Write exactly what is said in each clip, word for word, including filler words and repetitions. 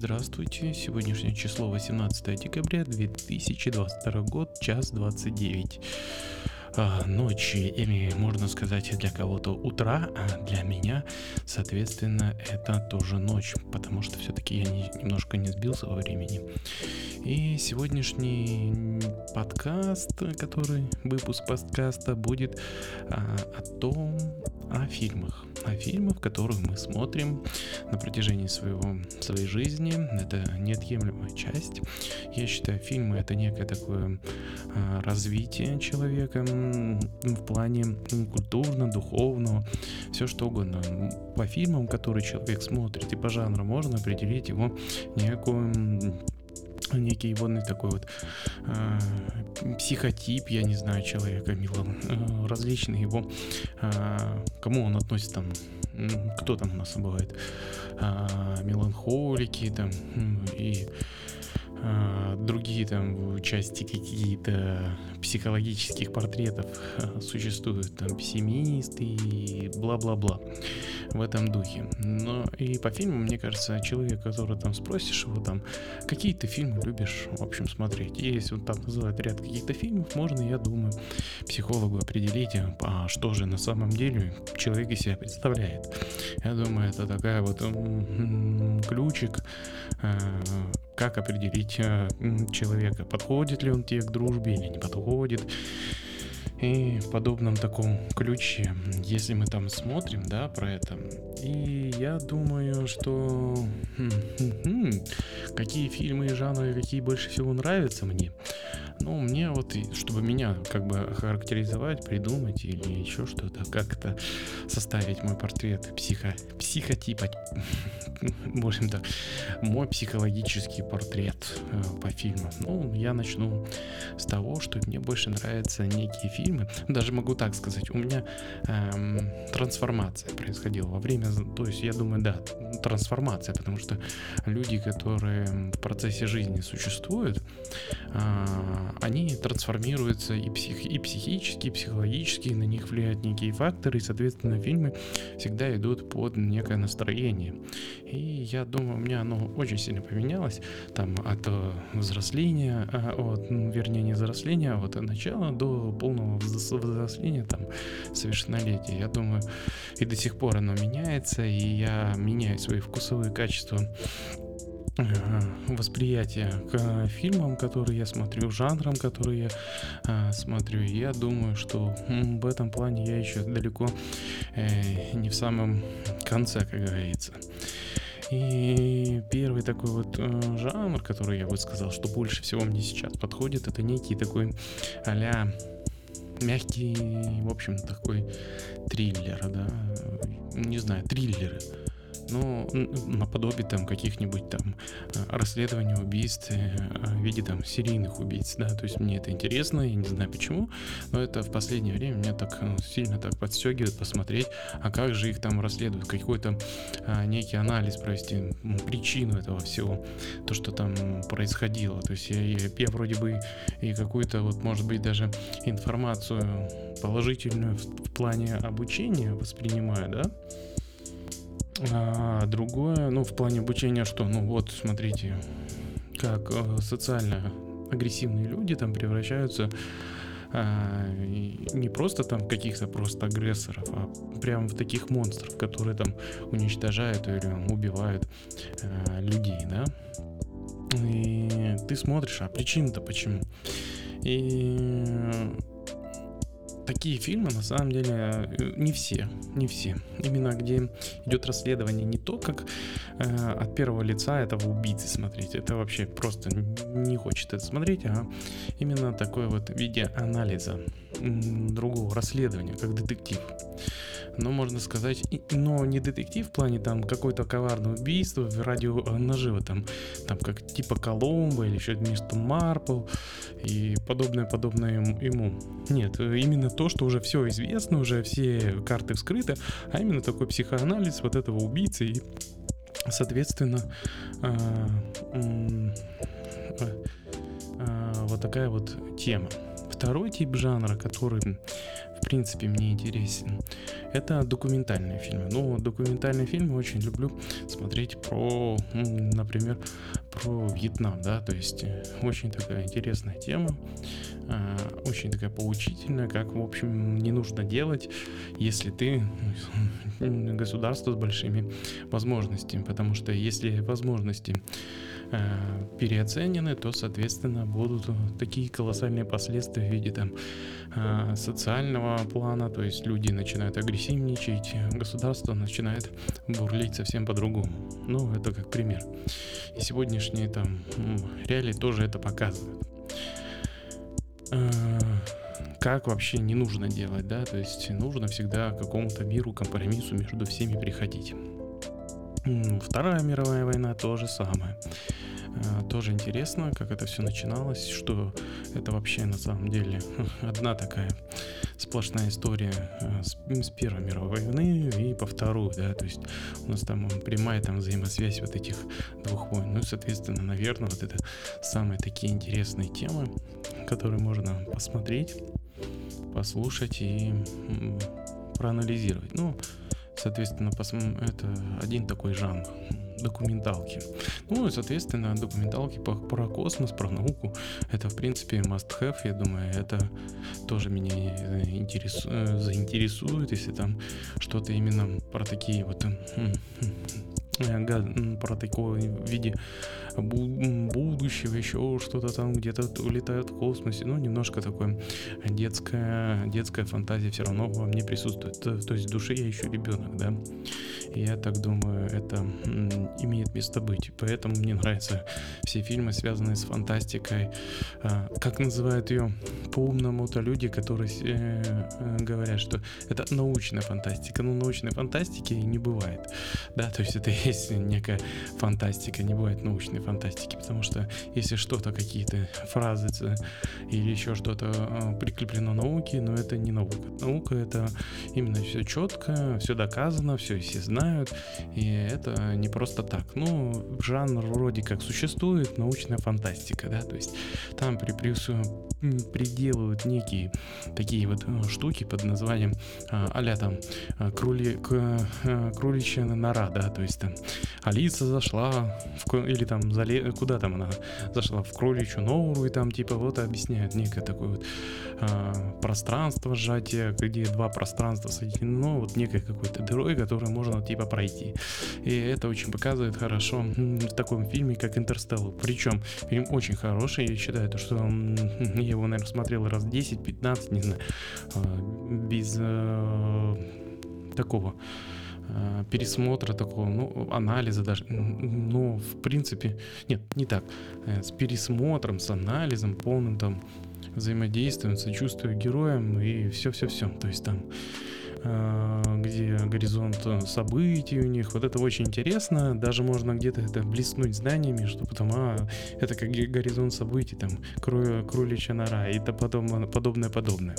Здравствуйте, сегодняшнее число восемнадцатое декабря две тысячи двадцать второй год, час двадцать девять а, ночи, или можно сказать для кого-то утра, а для меня, соответственно, это тоже ночь, потому что все-таки я не- немножко не сбился во времени. И сегодняшний подкаст, который, выпуск подкаста будет а, о том, о фильмах. О фильмах, которые мы смотрим на протяжении своего, своей жизни. Это неотъемлемая часть. Я считаю, фильмы — это некое такое а, развитие человека м, в плане м, культурно-духовного, все что угодно. По фильмам, которые человек смотрит, и по жанру можно определить его некую м, некий его ну, такой вот э, психотип, я не знаю, человека, мило, э, различные его, э, кому он относится там, м, кто там у нас бывает, э, меланхолики там м, и э, другие там части какие-то психологических портретов э, существуют, там пессимисты и бла-бла-бла в этом духе. Но и по фильмам, мне кажется, человек, который там спросишь его там, какие ты фильмы любишь, в общем, смотреть. И если он там называет ряд каких-то фильмов, можно, я думаю, психологу определить, а что же на самом деле человек из себя представляет. Я думаю, это такая вот м, ключик, э, как определить э, человека, подходит ли он тебе к дружбе или не подходит. И в подобном таком ключе, если мы там смотрим, да, про это. И я думаю, что хм, хм, хм, какие фильмы и жанры, какие больше всего нравятся мне. Ну, мне вот, и чтобы меня как бы охарактеризовать, придумать или еще что-то, как-то составить мой портрет психо, психотипа, в общем-то, мой психологический портрет э, по фильмам. Ну, я начну с того, что мне больше нравятся некие фильмы. Даже могу так сказать, у меня эм, трансформация происходила во время, то есть я думаю, да, трансформация, потому что люди, которые в процессе жизни существуют, а, они трансформируются и, псих, и психически, и психологически, и на них влияют некие факторы, и, соответственно, фильмы всегда идут под некое настроение. И я думаю, у меня оно очень сильно поменялось, там, от э, взросления, а, от, ну, вернее, не взросления, а вот от начала до полного взрос- взросления, там, совершеннолетия. Я думаю, и до сих пор оно меняется, и я меняю свои вкусовые качества э, восприятия к э, фильмам, которые я смотрю, жанрам, которые я э, смотрю. И я думаю, что м, в этом плане я еще далеко э, не в самом конце, как говорится. И первый такой вот э, жанр, который я бы сказал, что больше всего мне сейчас подходит, это некий такой а-ля мягкий, в общем, такой триллер, да, не знаю, триллеры. Ну, н- наподобие там каких-нибудь там э, расследований убийств э, в виде там серийных убийц, да, то есть мне это интересно, я не знаю почему, но это в последнее время меня так э, сильно так подстегивает посмотреть, а как же их там расследуют, какой-то а, некий анализ провести, м, причину этого всего, то, что там происходило, то есть я, я, я вроде бы и какую-то вот, может быть, даже информацию положительную в, в плане обучения воспринимаю, да, а другое, ну, в плане обучения, что, ну, вот, смотрите, как э, социально агрессивные люди там превращаются а, и не просто там в каких-то просто агрессоров, а прям в таких монстров, которые там уничтожают или убивают а, людей, да. И ты смотришь, а причина-то почему? И такие фильмы, на самом деле, э, не все, не все. Именно где идет расследование не то, как э, от первого лица этого убийцы смотреть. Это вообще просто не хочет это смотреть, а именно такое вот в виде анализа м, другого расследования, как детектив. Но можно сказать, и- но не детектив в плане там какое-то коварное убийство в радио э, наживо, там, там как типа Коломбо или еще мистер Марпл и подобное, подобное ему. ему. Нет, э, именно то, что уже все известно, уже все карты вскрыты, а именно такой психоанализ вот этого убийцы и, соответственно, а, м, а, а, вот такая вот тема. Второй тип жанра, который, в принципе мне интересен, это документальные фильмы. Ну, документальные фильмы очень люблю смотреть про, м, например, про Вьетнам, да, то есть э, очень такая интересная тема, а, очень такая поучительная, как, в общем, не нужно делать, если ты м, государство с большими возможностями, потому что если возможности э, переоценены, то, соответственно, будут э, такие колоссальные последствия в виде там э, социального плана, то есть люди начинают агрессивничать, государство начинает бурлить совсем по-другому. Ну, это как пример. И сегодняшние там м, реалии тоже это показывают. Э, Как вообще не нужно делать, да, то есть нужно всегда к какому-то миру, компромиссу между всеми приходить. М, Вторая мировая война то же самое. А, Тоже интересно, как это все начиналось, что это вообще на самом деле одна такая сплошная история а, с, с Первой мировой войны и по вторую, да, то есть у нас там м, прямая там взаимосвязь вот этих двух войн. Ну и, соответственно, наверное, вот это самые такие интересные темы, которые можно посмотреть, послушать и м, проанализировать. Ну, соответственно, посм- это один такой жанр документалки. Ну и, соответственно, документалки по- про космос, про науку. Это, в принципе, must have, я думаю. Это тоже меня э, интерес- э, заинтересует, если там что-то именно про такие вот м, э, га- м, про такое в виде бу- м, будущего, еще что-то там где-то улетают в космосе. Ну, немножко такое детская, детская фантазия все равно во мне присутствует. То, то есть в душе я еще ребенок, да. И я так думаю, это м, имеет место быть. Поэтому мне нравятся все фильмы, связанные с фантастикой. А, как называют ее по-умному-то люди, которые э, э, говорят, что это научная фантастика. Ну, научной фантастики не бывает. Да, то есть это есть некая фантастика, не бывает научной фантастики, потому что если что-то, какие-то фразы ц- или еще что-то э, прикреплено науке, но это не наука. Наука — это именно все четко, все доказано, все все знают, и это не просто так. Ну, жанр вроде как существует, научная фантастика, да, то есть там при, прису- м, приделывают некие такие вот э, штуки под названием а, а-ля там а, крули, к, а, кроличья нора, да, то есть там Алиса зашла в, ко- или там зале, куда там она зашла в кроличью нору, и там типа вот объясняют некое такое вот а, пространство сжатия, где два пространства соединено вот некой какой-то дырой, которую можно типа пройти. И это очень показывает хорошо м, в таком фильме, как «Интерстеллар». Причем фильм очень хороший, я считаю, то, что м, я его, наверное, смотрел раз десять-пятнадцать, не знаю, а, без э, такого э, пересмотра такого, ну, анализа даже, М, ну, в принципе, нет, не так, Э, с пересмотром, с анализом полным там взаимодействием, сочувствием героям и все-все-все, то есть там э, где горизонт э, событий у них, вот это очень интересно, даже можно где-то это блеснуть знаниями, что потом, а, это как ге- горизонт событий, там, кру- кроличья нора и то подобное, подобное, подобное.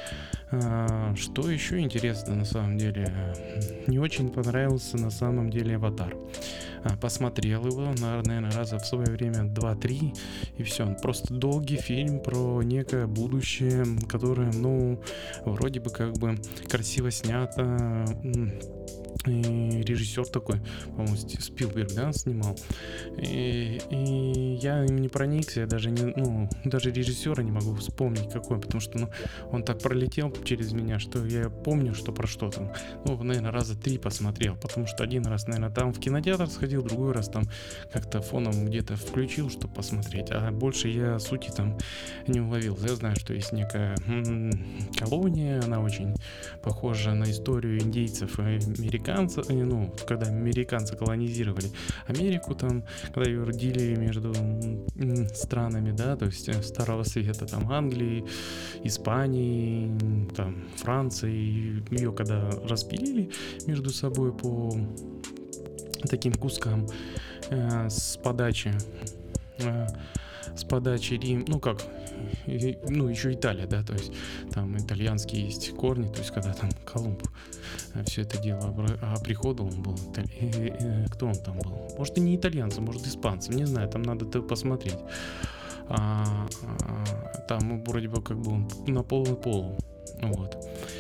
А, что еще интересно на самом деле? Не очень понравился на самом деле «Аватар». А, посмотрел его, наверное, раза в свое время два-три, и все. Он просто долгий фильм про некое будущее, которое, ну, вроде бы как бы красиво снято. м, И режиссер такой, по-моему, Сти- Спилберг, да, снимал. И, и я им не проникся, я даже не, ну, даже режиссера не могу вспомнить какой, потому что, ну, он так пролетел через меня, что я помню, что про что там. Ну, наверное, раза три посмотрел, потому что один раз, наверное, там в кинотеатр сходил, другой раз там как-то фоном где-то включил, чтобы посмотреть, а больше я сути там не уловил. Я знаю, что есть некая м, колония, она очень похожа на историю индейцев и американцев, э, ну, когда американцы колонизировали Америку, там, когда ее родили между м, странами, да, то есть э, Старого Света, там, Англии, Испании, там, Франции, ее когда распилили между собой по таким кускам э, с подачи э, с подачи Рим, ну как, и- ну еще Италия, да, то есть там итальянские есть корни, то есть когда там Колумб все это дело обра- оприходовал, он был италь- э, э, кто он там был? Может и не итальянцем, может испанцем, не знаю, там надо т- посмотреть. А, а, там вроде бы как бы он на полный пол, вот.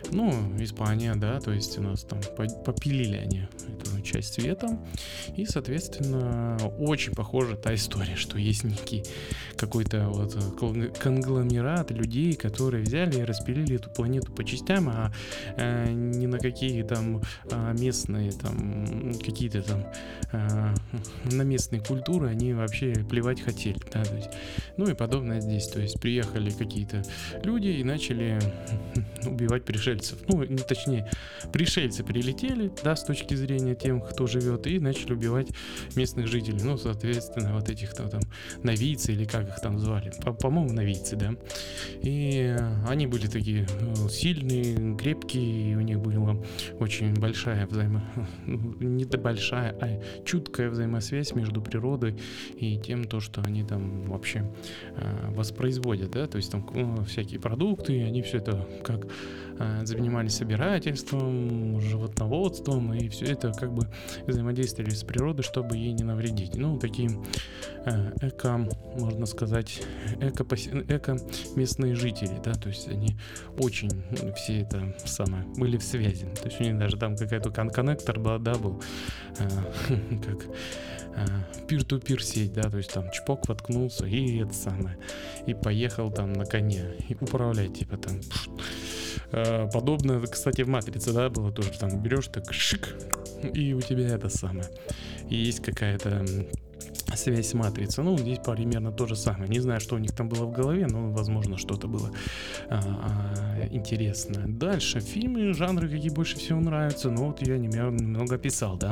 Ну, Испания, да, то есть у нас там по- попилили они эту часть света. И, соответственно, очень похожа та история, что есть некий какой-то вот кон- конгломерат людей, которые взяли и распилили эту планету по частям, а э, не на какие там а, местные там какие-то там а, на местные культуры они вообще плевать хотели, да, то есть, ну и подобное здесь, то есть приехали какие-то люди и начали убивать пришельцев, ну, не точнее, пришельцы прилетели, да, с точки зрения тем, кто живет, и начали убивать местных жителей, ну, соответственно, вот этих кто там, новийцы или как их там звали, По- по-моему, новийцы, да, и они были такие э, сильные, крепкие, и у них была очень большая взаимо... ну, не да большая, а чуткая взаимосвязь между природой и тем, то, что они там вообще э, воспроизводят, да, то есть там ну, всякие продукты, они все это как э, занимались собирательством, животноводством, и все это как бы взаимодействовали с природой, чтобы ей не навредить. Ну, такие э, эко, можно сказать, эко, эко местные жители, да, то есть они очень все это самое были в связи. То есть у них даже там какая-то кон- коннектор был, да, был, э, как э, peer-to-peer сеть, да, то есть там чпок воткнулся и это самое, и поехал там на коне и управлять, типа там. Пфф. Э, подобно, кстати, в Матрице, да, было тоже, там берешь так шик, и у тебя это самое. И есть какая-то м, связь с матрицей. Ну, здесь примерно то же самое. Не знаю, что у них там было в голове, но, возможно, что-то было а, а, интересное. Дальше. Фильмы, жанры, какие больше всего нравятся. Ну, вот я немного писал, да.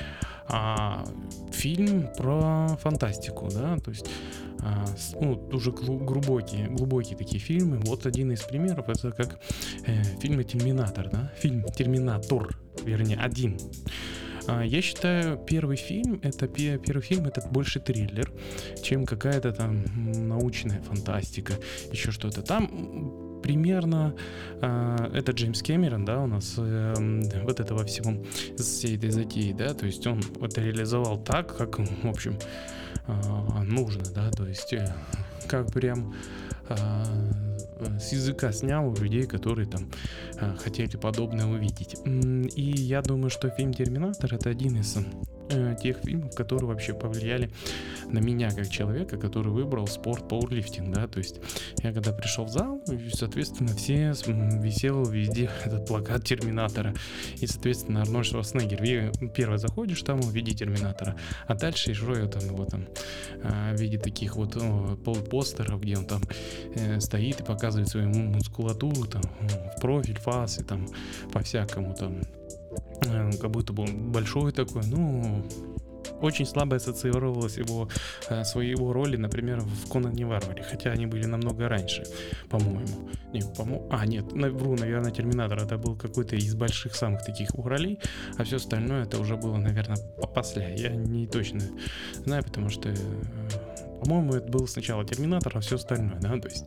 А, фильм про фантастику, да, то есть а, с- ну, уже глу- глубокие, глубокие такие фильмы. Вот один из примеров, это как э, фильм «Терминатор», да, фильм «Терминатор», вернее, один. А, Я считаю, первый фильм это пе- первый фильм это больше триллер, чем какая-то там м, научная фантастика, еще что-то. Там м, примерно а, это Джеймс Кэмерон, да, у нас эм, вот этого всего всей этой затеи, да, то есть он это реализовал так, как, в общем, а, нужно, да, то есть э, как прям а, э, с языка снял у людей, которые там а, хотели подобное увидеть. М, И я думаю, что фильм «Терминатор» — это один из э, тех фильмов, которые вообще повлияли на меня как человека, который выбрал спорт пауэрлифтинг, да, то есть я когда пришел в зал, и, соответственно, все с- м, висел везде этот плакат Терминатора, и, соответственно, Арнольд Шварценеггер, Ви- первый заходишь там в виде Терминатора, а дальше еще там его там а, в виде таких вот о, полупостеров, где он там э, стоит и показывает свою му- мускулатуру там м, в профиль, фас и там по-всякому там э, как будто бы он большой такой, ну, очень слабо ассоциировалась его, э, свои его роли, например, в Конане Варваре, хотя они были намного раньше, по-моему. Не, по-моему, а, нет, на- вру, наверное, Терминатор это был какой-то из больших самых таких его ролей, а все остальное это уже было, наверное, после. Я не точно знаю, потому что, э, по-моему, это был сначала Терминатор, а все остальное, да, то есть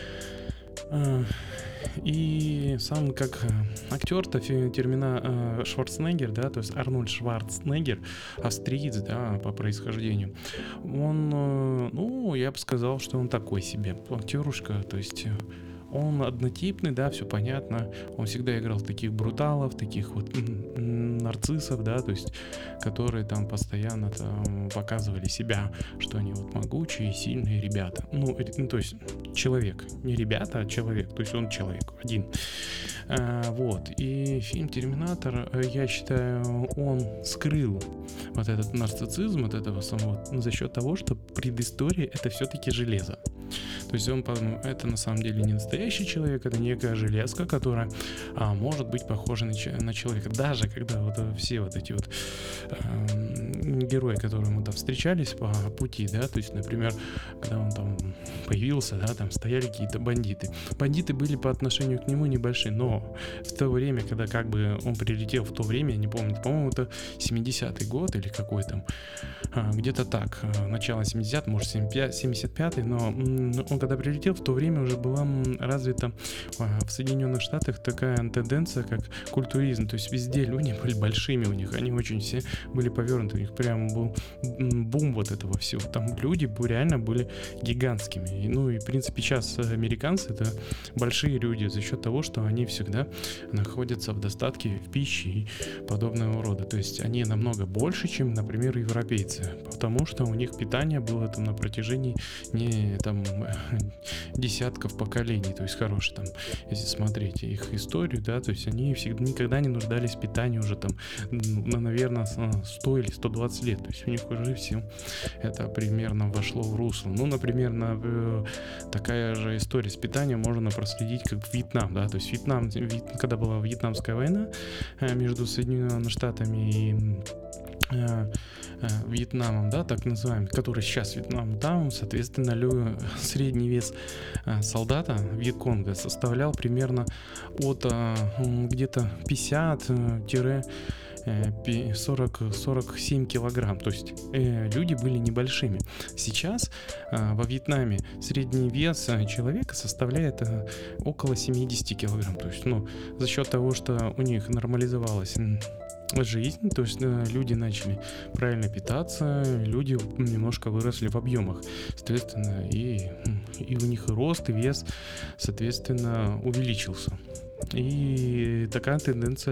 э, и сам как э, актер-то фи- термина э, Шварценеггер, да, то есть Арнольд Шварценеггер, австриец, да, по происхождению, он, э, ну, я бы сказал, что он такой себе актерушка, то есть э, он однотипный, да, все понятно. Он всегда играл таких бруталов, таких вот м, м, нарциссов, да, то есть, которые там постоянно там показывали себя, что они вот могучие, сильные ребята. Ну, ре- ну, то есть человек, не ребята, а человек, то есть он человек один. А, вот, и фильм «Терминатор», э, я считаю, он скрыл вот этот нарциссизм от этого самого за счет того, что предыстория это все-таки железо. То есть он, по- это на самом деле не настоящий человек, это некая железка, которая а, может быть похожа на, че- на человека. Даже когда вот э, все вот эти вот эм, герои, которые мы там встречались по пути, да, то есть, например, когда он там появился, да, там стояли какие-то бандиты. Бандиты были по отношению к нему небольшие, но в то время, когда как бы он прилетел в то время, я не помню, по-моему, это семидесятый год или какой там, а, где-то так, а, начало семидесятых, может семьдесят пятый, но м, м, он когда прилетел, в то время уже была м, развита а, в Соединенных Штатах такая тенденция, как культуризм. То есть везде люди были большими у них, они очень все были повернуты, у них прям был м, бум вот этого всего. Там люди бу- реально были гигантскими. И, ну и в принципе сейчас американцы это большие люди за счет того, что они всегда находятся в достатке в пище и подобного рода. То есть они намного больше, чем, например, европейцы, потому что у них питание было там на протяжении не там десятков поколений, то есть хороший там, если смотреть их историю, да, то есть они всегда никогда не нуждались в питании уже там, ну, наверное, сто или сто двадцать лет, то есть у них уже все это примерно вошло в русло. Ну, например, на, э, такая же история с питанием можно проследить как Вьетнам, да, то есть Вьетнам, Вьет- когда была Вьетнамская война э, между Соединенными Штатами и э, э, Вьетнамом, да, так называемый, который сейчас Вьетнам, там, соответственно, лю- средний вес э, солдата Вьетконга составлял примерно от э, м, где-то пятьдесят сорок сорок семь килограмм, то есть э, люди были небольшими. Сейчас э, во Вьетнаме средний вес э, человека составляет э, около семьдесят килограмм, то есть, ну, за счет того, что у них нормализовалась м, жизнь, то есть э, люди начали правильно питаться, люди немножко выросли в объемах, соответственно, и, м, и у них и рост, и вес, соответственно, увеличился. И такая тенденция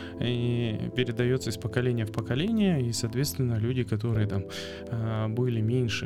э, передается из поколения в поколение, и, соответственно, люди, которые там э, были меньше,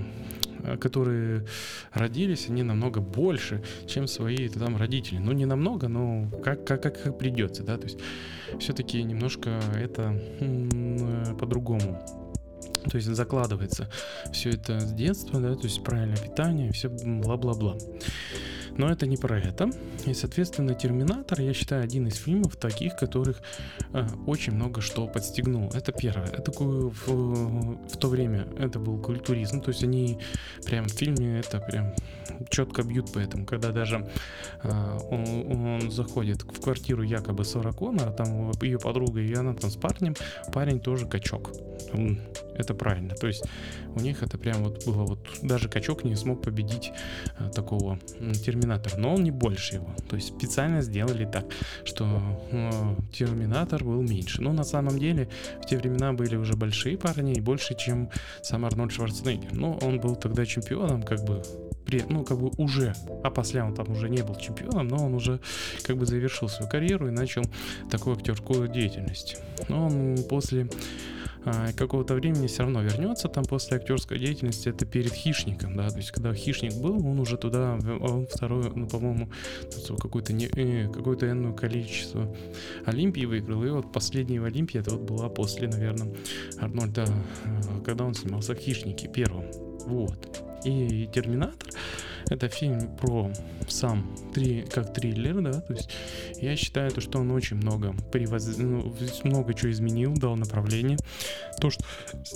м, которые родились, они намного больше, чем свои там родители. Ну, не намного, но как, как, как, как придется, да, то есть все-таки немножко это м, э, по-другому. То есть закладывается все это с детства, да, то есть правильное питание, все бла-бла-бла. Но это не про это. И, соответственно, «Терминатор», я считаю, один из фильмов таких, которых э, очень много что подстегнул. Это первое. Это такое в, в то время это был культуризм. То есть они прям в фильме это прям четко бьют по этому. Когда даже э, он, он заходит в квартиру якобы Сара Коннора, там ее подруга, и она там с парнем. Парень тоже качок. М, Это правильно. То есть у них это прям вот было вот... Даже качок не смог победить э, такого м, терминатора. Но он не больше его. То есть специально сделали так, что э, терминатор был меньше. Но на самом деле в те времена были уже большие парни и больше, чем сам Арнольд Шварценеггер. Но он был тогда чемпионом, как бы при, ну, как бы уже, а после он там уже не был чемпионом, но он уже как бы завершил свою карьеру и начал такую актерскую деятельность. Но он после а, какого-то времени все равно вернется там после актерской деятельности, это перед «Хищником», да, то есть когда «Хищник» был, он уже туда, он второе, ну, по-моему, какое-то, не, э, какое-то энное количество Олимпии выиграл, и вот последняя Олимпия, это вот была после, наверное, Арнольда, э, когда он снимался в «Хищнике» первом, вот. И «Терминатор» — это фильм про сам три, как триллер, да, то есть я считаю, то, что он очень много привоз... ну, много чего изменил, дал направление, то, что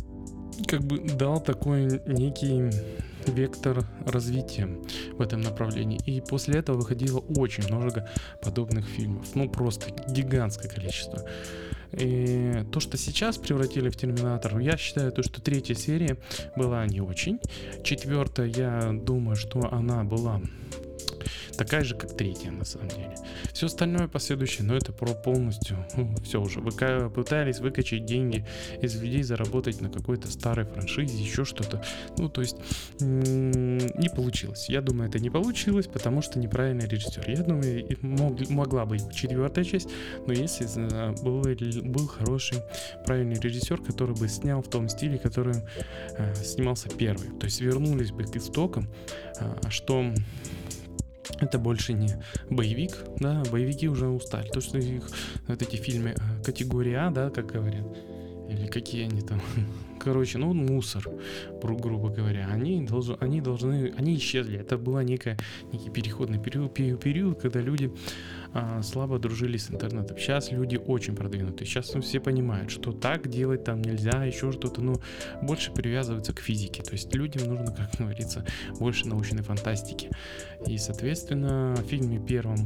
как бы дал такой некий вектор развития в этом направлении. И после этого выходило очень много подобных фильмов, ну просто гигантское количество. И то, что сейчас превратили в «Терминатор», я считаю, то, что третья серия была не очень. Четвертая, я думаю, что она была такая же, как третья, на самом деле. Все остальное последующее, но это про полностью, ну, все уже, выка- пытались выкачать деньги из людей, заработать на какой-то старой франшизе, еще что-то. Ну, то есть, м- не получилось. Я думаю, это не получилось, потому что неправильный режиссер. Я думаю, и мог- могла быть четвертая часть, но если э, был, был хороший, правильный режиссер, который бы снял в том стиле, который э, снимался первый. То есть, вернулись бы к истокам, э, что... Это больше не боевик, да, боевики уже устали. То, что их вот эти фильмы э, категории А, да, как говорят, или какие они там, короче, ну, мусор, гру- грубо говоря, они, должны, они должны, они исчезли. Это была некая, некий переходный период, период, период, когда люди а, слабо дружили с интернетом. Сейчас люди очень продвинутые. Сейчас все понимают, что так делать там нельзя, еще что-то, но больше привязываются к физике. То есть людям нужно, как говорится, больше научной фантастики. И, соответственно, в фильме первом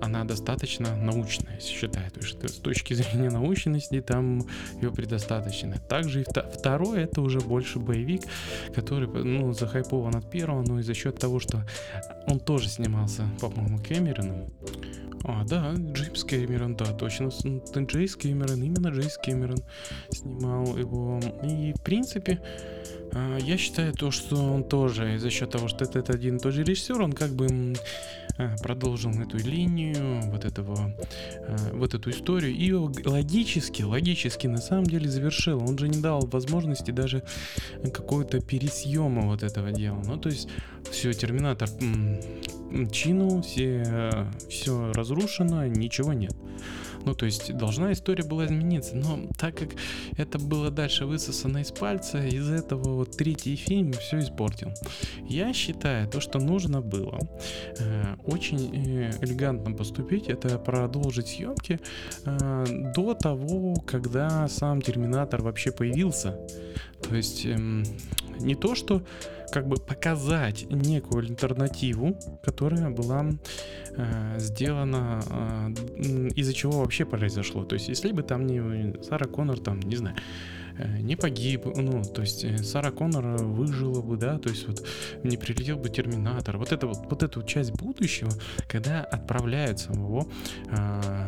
она достаточно научная, считаю. То есть с точки зрения научности там ее предостаточно. Также и вто- второй это уже больше боевик, который, ну, захайпован от первого, но и за счет того, что он тоже снимался, по-моему, Кэмероном. А, да, Джеймс Кэмерон, да, точно. с- м, т- Джеймс Кэмерон, именно Джеймс Кэмерон снимал его. И, в принципе, а, я считаю то, что он тоже, за счет того, что это, это один и тот же режиссер, он как бы м, а, продолжил эту линию, вот этого, а, вот эту историю, и его г- логически, логически на самом деле завершил. Он же не дал возможности даже какого-то пересъема вот этого дела. Ну, то есть, все, Терминатор м, м, чину, все, все разрушено, ничего нет. Ну, то есть, должна история была измениться, но так как это было дальше высосано из пальца, из-за этого вот третий фильм все испортил. Я считаю, то, что нужно было э, очень э, элегантно поступить, это продолжить съемки э, до того, когда сам Терминатор вообще появился. То есть эм, не то, что как бы показать некую альтернативу, которая была э, сделана, э, м, из-за чего вообще произошло. То есть, если бы там не Сара Коннор, там, не знаю, э, не погиб, ну, то есть э, Сара Коннор выжила бы, да, то есть вот не прилетел бы Терминатор. Вот это вот, вот эту часть будущего, когда отправляют самого э,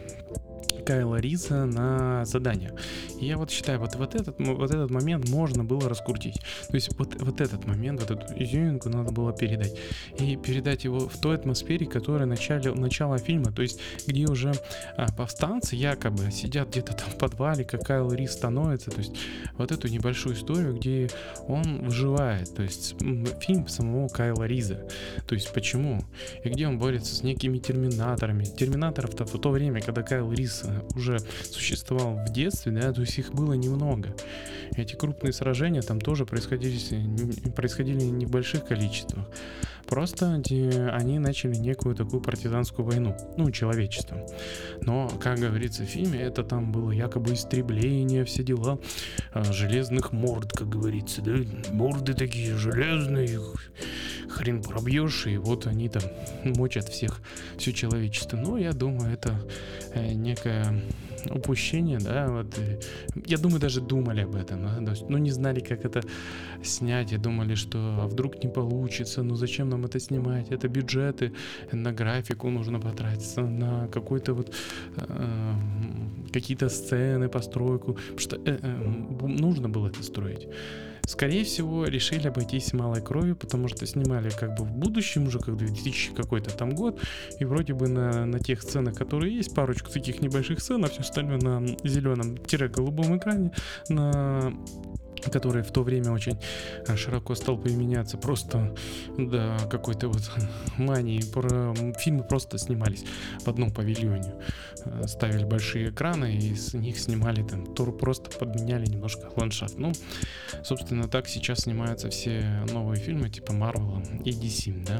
Кайла Риза на задание. И я вот считаю, вот, вот, этот, м- вот этот момент можно было раскрутить. То есть вот, вот этот момент, вот эту изюминку надо было передать. И передать его в той атмосфере, которая начале, начало фильма. То есть где уже а, повстанцы якобы сидят где-то там в подвале, как Кайл Риз становится. То есть вот эту небольшую историю, где он выживает. То есть м, фильм самого Кайла Риза. То есть почему? И где он борется с некими терминаторами. Терминаторов-то в то время, когда Кайл Рис э, уже существовал в детстве, да, то есть их было немного. Эти крупные сражения там тоже происходили, с- н- происходили не в больших количествах. Просто де- они начали некую такую партизанскую войну, ну, человечеством. Но, как говорится в фильме, это там было якобы истребление, все дела а, железных морд, как говорится, да, морды такие железные, их хрен пробьешь, и вот они там мочат всех, все человечество. Но я думаю, это э, некое упущение, да, вот. э, Я думаю, даже думали об этом, да, то есть, ну, не знали, как это снять, и думали, что а вдруг не получится, ну, зачем нам это снимать, это бюджеты, на графику нужно потратиться, на какой-то вот э, какие-то сцены, постройку, потому что э, э, бу- нужно было это строить. Скорее всего, решили обойтись малой кровью, потому что снимали как бы в будущем уже, как две тысячи какой-то там год, и вроде бы на, на тех сценах, которые есть, парочку таких небольших сцен, а все остальное на зеленом-голубом экране, на который в то время очень а, широко стал применяться просто до какой-то вот мании. Про... Фильмы просто снимались в одном павильоне. Э, Ставили большие экраны и с них снимали там, то просто подменяли немножко ландшафт. Ну, собственно, так сейчас снимаются все новые фильмы типа Марвела и Ди Си, да.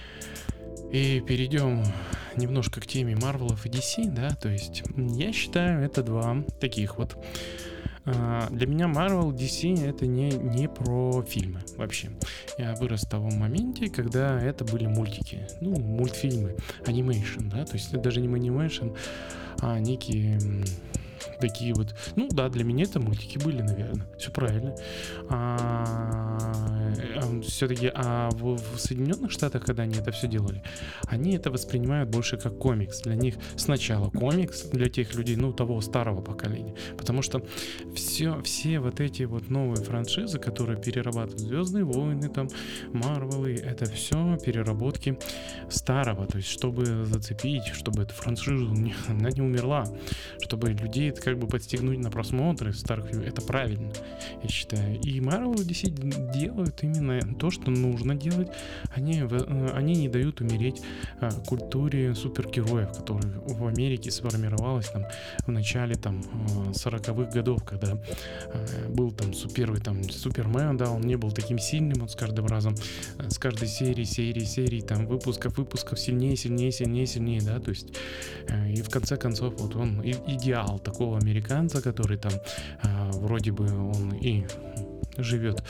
И перейдем немножко к теме Марвелов и Ди Си, да, то есть м, я считаю, это два таких вот. А, Для меня Marvel, Ди Си это не, не про фильмы вообще. Я вырос в том моменте, когда это были мультики, ну, мультфильмы, анимейшн, да, то есть это даже не анимейшн, а некие м, такие вот, ну да, для меня это мультики были, наверное, все правильно. Все-таки а в, в Соединенных Штатах, когда они это все делали, они это воспринимают больше как комикс. Для них сначала комикс, для тех людей, ну, того старого поколения. Потому что все, все вот эти вот новые франшизы, которые перерабатывают Звездные войны, там, Марвелы, это все переработки старого. То есть, чтобы зацепить, чтобы эту франшизу, не, она не умерла, чтобы людей это как бы подстегнуть на просмотры старых фильмов. Это правильно, я считаю. И Marvel и Ди Си делают именно то, что нужно делать. Они, в- э, они не дают умереть э, культуре супергероев, которая в Америке сформировалась там в начале там э, сороковых годов, когда э, был там су- первый там Супермен, да, он не был таким сильным, он с каждым разом, э, с каждой серии, серии, серии, там выпусков, выпусков сильнее, сильнее, сильнее, сильнее, да, то есть э, и в конце концов вот он и- идеал такого американца, который там э, вроде бы он и живет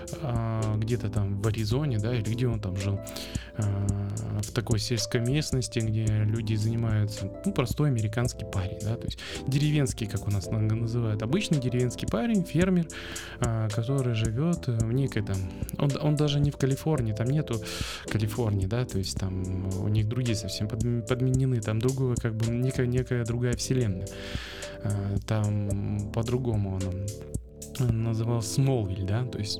а, где-то там в Аризоне, да, или где он там жил, а, в такой сельской местности, где люди занимаются, ну, простой американский парень, да, то есть деревенский, как у нас на- называют, обычный деревенский парень, фермер, а, который живет в некой там, он, он даже не в Калифорнии, там нету Калифорнии, да, то есть там у них другие совсем подм- подменены, там другое, как бы некая, некая другая вселенная. А, там по-другому он, он называл Смолвиль, да, то есть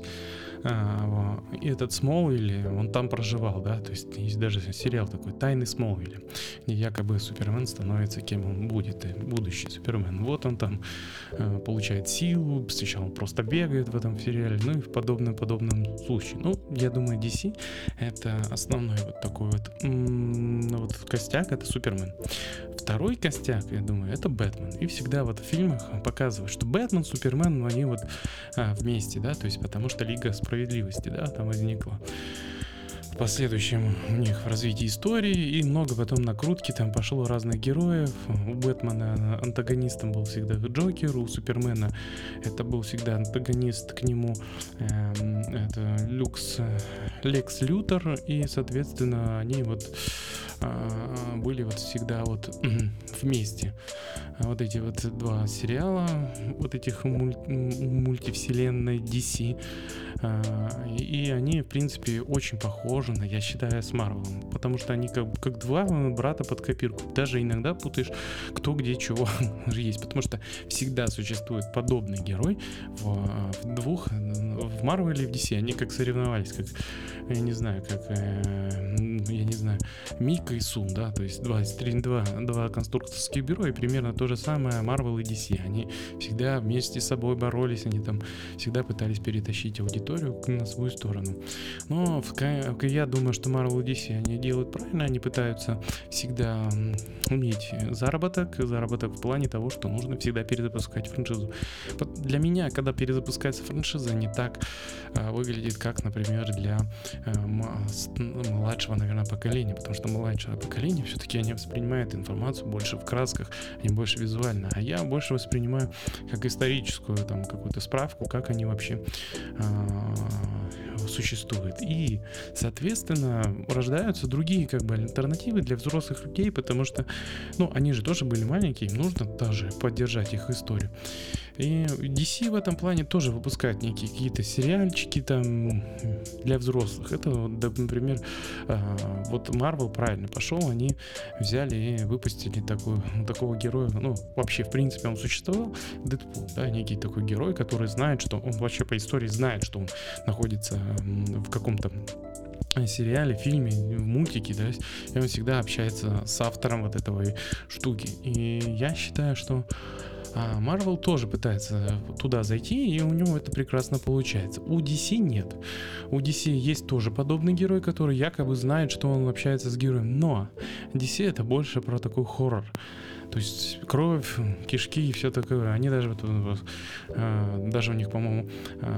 а, и этот Смолвиль, он там проживал, да, то есть есть даже сериал такой «Тайны Смолвиля», где якобы Супермен становится кем он будет, и будущий Супермен. Вот он там э, получает силу, сначала он просто бегает в этом сериале, ну и в подобном подобном случае. Ну, я думаю, ди си это основной вот такой вот, м, ну, вот костяк, это Супермен. Второй костяк, я думаю, это Бэтмен. И всегда вот в фильмах показывают, что Бэтмен, Супермен, ну, они вот а, вместе, да, то есть потому что Лига Справедливости, да, там возникла в последующем у них в развитии истории, и много потом накрутки, там пошло разных героев. У Бэтмена антагонистом был всегда Джокер, у Супермена это был всегда антагонист к нему, эм, это Люкс, Лекс Лютер, и, соответственно, они вот а, были вот всегда вот вместе. Вот эти вот два сериала, вот этих муль- м- мультивселенной ди си, а, и они, в принципе, очень похожи, на, я считаю, с Марвелом, потому что они как, как два брата под копирку. Даже иногда путаешь, кто где чего есть, потому что всегда существует подобный герой в, в двух, в Марвеле и в ди си. Они как соревновались, как, я не знаю, как, э, я не знаю, Мика и Сун, да, то есть два, три, два, два конструкторских бюро, и примерно то же самое Marvel и ди си. Они всегда вместе с собой боролись, они там всегда пытались перетащить аудиторию на свою сторону. Но в, я думаю, что Marvel и ди си они делают правильно, они пытаются всегда иметь заработок, заработок в плане того, что нужно всегда перезапускать франшизу. Для меня, когда перезапускается франшиза, не так а, выглядит, как, например, для а, младшего, наверное, поколения, потому что младшее поколение все-таки они воспринимают информацию больше в красках, они больше визуально, а я больше воспринимаю как историческую там какую-то справку, как они вообще э, существуют. И, соответственно, рождаются другие как бы альтернативы для взрослых людей, потому что, ну, они же тоже были маленькие, им нужно тоже поддержать их историю. И ди си в этом плане тоже выпускает некие какие-то сериальчики там для взрослых. Это, например, вот Marvel правильно пошел, они взяли и выпустили такую, такого героя, ну, вообще, в принципе, он существовал, Дэдпул, да, некий такой герой, который знает, что он вообще по истории знает, что он находится в каком-то сериале, фильме, в мультике, да, и он всегда общается с автором вот этой штуки. И я считаю, что а Marvel тоже пытается туда зайти, и у него это прекрасно получается. У ди си нет. У ди си есть тоже подобный герой, который якобы знает, что он общается с героем. Но ди си это больше про такой хоррор. То есть кровь, кишки и все такое. Они даже, вот, даже у них, по-моему,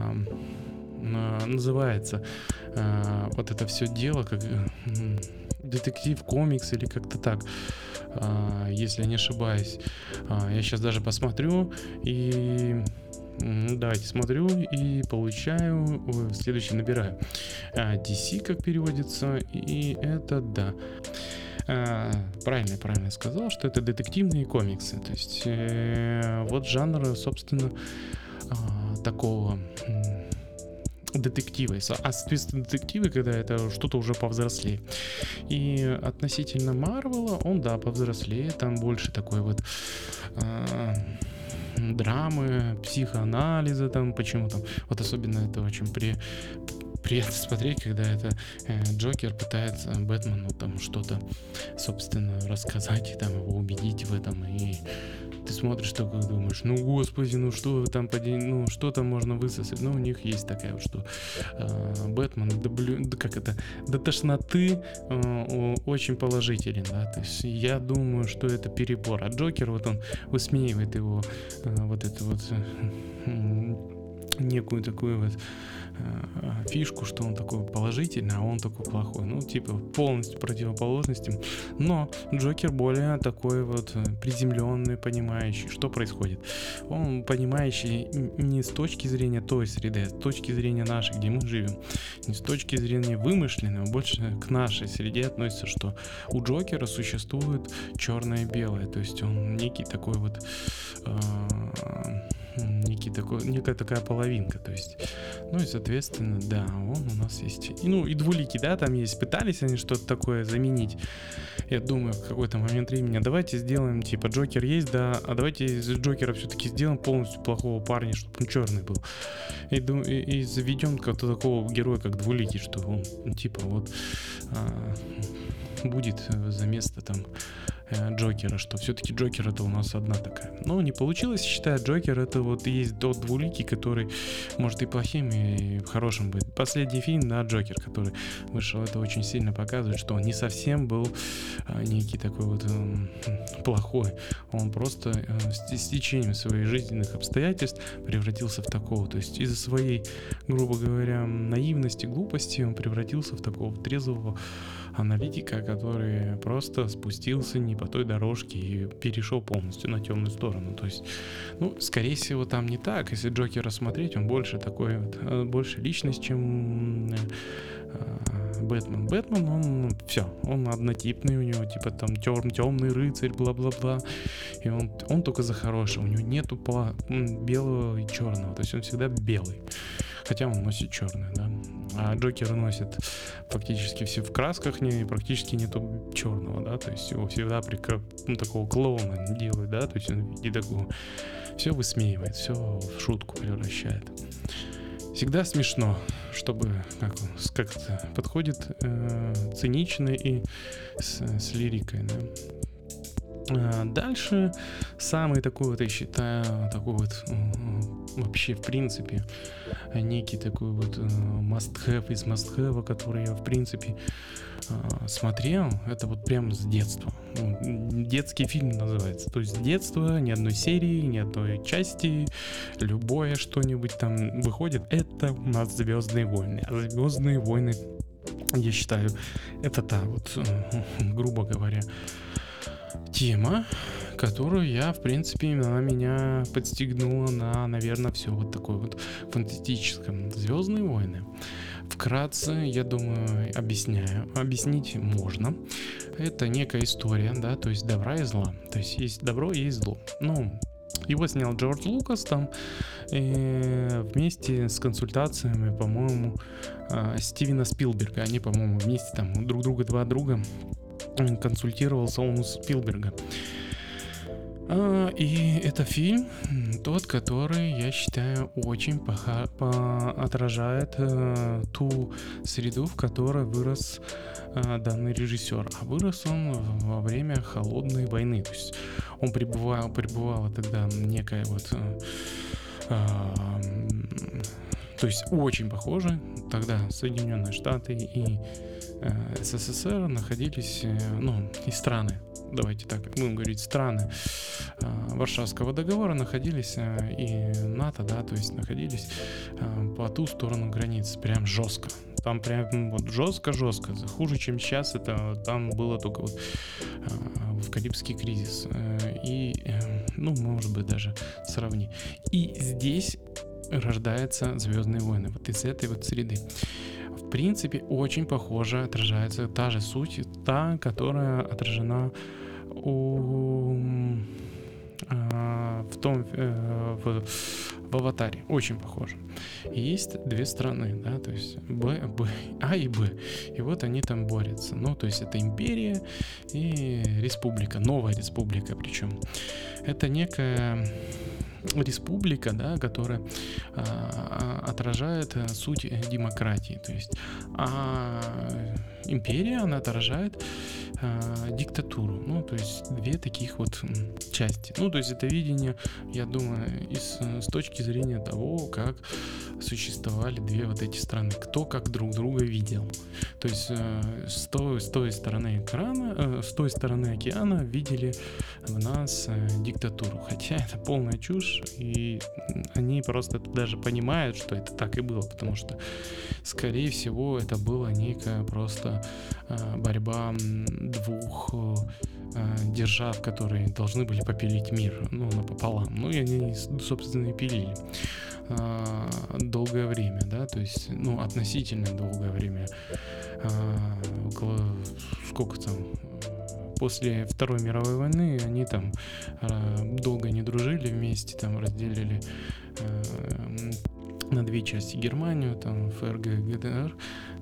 называется вот это все дело как детектив комикс или как-то так, если я не ошибаюсь. Я сейчас даже посмотрю и давайте смотрю и получаю, ой, следующий набираю ди си, как переводится, и это да. А, правильно, правильно сказал, что это детективные комиксы. То есть э, вот жанр, собственно, а, такого детективы, а соответственно детективы, когда это что-то уже повзрослее. И относительно Марвела, он, да, повзрослее, там больше такой вот э, драмы, психоанализа, там почему там, вот особенно это очень при приятно смотреть, когда это э, Джокер пытается Бэтмену там что-то, собственно, рассказать и там его убедить в этом, и ты смотришь только думаешь, ну господи, ну что там, ну что там можно высосать, ну у них есть такая вот, что э, Бэтмен, да, блю, да как это, до тошноты э, очень положителен, да, то есть я думаю, что это перебор, а Джокер вот он высмеивает его э, вот это вот э, некую такую вот э, фишку, что он такой положительный, а он такой плохой. Ну, типа, полностью противоположности. Но Джокер более такой вот приземленный, понимающий, что происходит. Он понимающий не с точки зрения той среды, а с точки зрения нашей, где мы живем. Не с точки зрения вымышленного, больше к нашей среде относится, что у Джокера существует черное и белое. То есть он некий такой вот... Э, некий такой, некая такая половинка, то есть, ну и соответственно, да, он у нас есть, и, ну и двуликий, да, там есть, пытались они что-то такое заменить, я думаю, в какой-то момент времени, а давайте сделаем, типа, Джокер есть, да, а давайте из Джокера все-таки сделаем полностью плохого парня, чтобы он черный был, и, и, и заведем какого-то такого героя, как двуликий, что он, типа, вот, а, будет за место там Джокера, что все-таки Джокер это у нас одна такая. Но не получилось, считаю, Джокер это вот есть тот двуликий, который может и плохим, и хорошим быть. Последний фильм, да, Джокер, который вышел, это очень сильно показывает, что он не совсем был а, некий такой вот а, плохой. Он просто а, с, с течением своих жизненных обстоятельств превратился в такого. То есть из-за своей, грубо говоря, наивности, глупости он превратился в такого трезвого аналитика, который просто спустился не по той дорожке и перешел полностью на темную сторону. То есть, ну, скорее всего, там не так. Если Джокера смотреть, он больше такой вот, больше личность, чем э, Бэтмен. Бэтмен, он все, он однотипный, у него типа там тем, темный рыцарь, бла-бла-бла. И он, он только за хорошее. У него нету пола, белого и черного. То есть он всегда белый. Хотя он носит черный, да. А Джокер носит фактически все в красках, не, практически нету черного, да. То есть его всегда прикро... ну, такого клоуна делают, да. То есть он и такого все высмеивает, все в шутку превращает. Всегда смешно, чтобы как, как-то подходит э, цинично и с, с лирикой, да. Дальше самый такой вот, я считаю, такой вот вообще в принципе некий такой вот must-have из must-have, который я в принципе смотрел, это вот прям с детства. Детский фильм называется. То есть с детства, ни одной серии, ни одной части, любое что-нибудь там выходит, это у нас «Звездные войны». А «Звездные войны», я считаю, это та вот, грубо говоря, тема, которую я, в принципе, она меня подстегнула на, наверное, все вот такое вот фантастическое. «Звездные войны». Вкратце, я думаю, объясняю. Объяснить можно. Это некая история, да, то есть добра и зла. То есть есть добро и есть зло. Ну, его снял Джордж Лукас там э, вместе с консультациями, по-моему, э, Стивена Спилберга. Они, по-моему, вместе там друг друга, два друга консультировался он у Спилберга. А, и это фильм тот, который, я считаю, очень поха- по- отражает э, ту среду, в которой вырос э, данный режиссер. А вырос он во время холодной войны. То есть он пребывал, пребывала тогда некая вот... Э, э, то есть очень похоже. Тогда Соединенные Штаты и э, СССР находились, э, ну, и страны, давайте так будем говорить, страны э, Варшавского договора находились, э, и НАТО, да, то есть находились э, по ту сторону границ, прям жестко. Там прям вот жестко-жестко, хуже, чем сейчас, это там было только вот э, в Карибский кризис. Э, и, э, ну, может быть, даже сравни. И здесь рождается «Звездные войны», вот из этой вот среды. В принципе, очень похоже отражается та же суть, та, которая отражена у, э, в том э, в, в «Аватаре». Очень похоже. И есть две страны, да, то есть Б, Б, А и Б. И вот они там борются. Ну, то есть это империя и республика, новая республика причем. Это некая республика, да, которая а, отражает а, суть демократии, то есть, а империя, она отражает а, диктатуру, ну, то есть две таких вот части, ну, то есть это видение, я думаю, из, с точки зрения того, как существовали две вот эти страны, кто как друг друга видел, то есть э, с, той, с той стороны экрана, э, с той стороны океана видели в нас э, диктатуру, хотя это полная чушь. знаешь, и они просто даже понимают, что это так и было, потому что, скорее всего, это была некая просто э, борьба двух э, держав, которые должны были попилить мир, ну, напополам. Ну, и они, собственно, и пилили э, долгое время, да, то есть, ну, относительно долгое время, э, около, сколько там, после Второй мировой войны они там э, долго не дружили вместе, там разделили э, на две части Германию, там ФРГ, ГДР.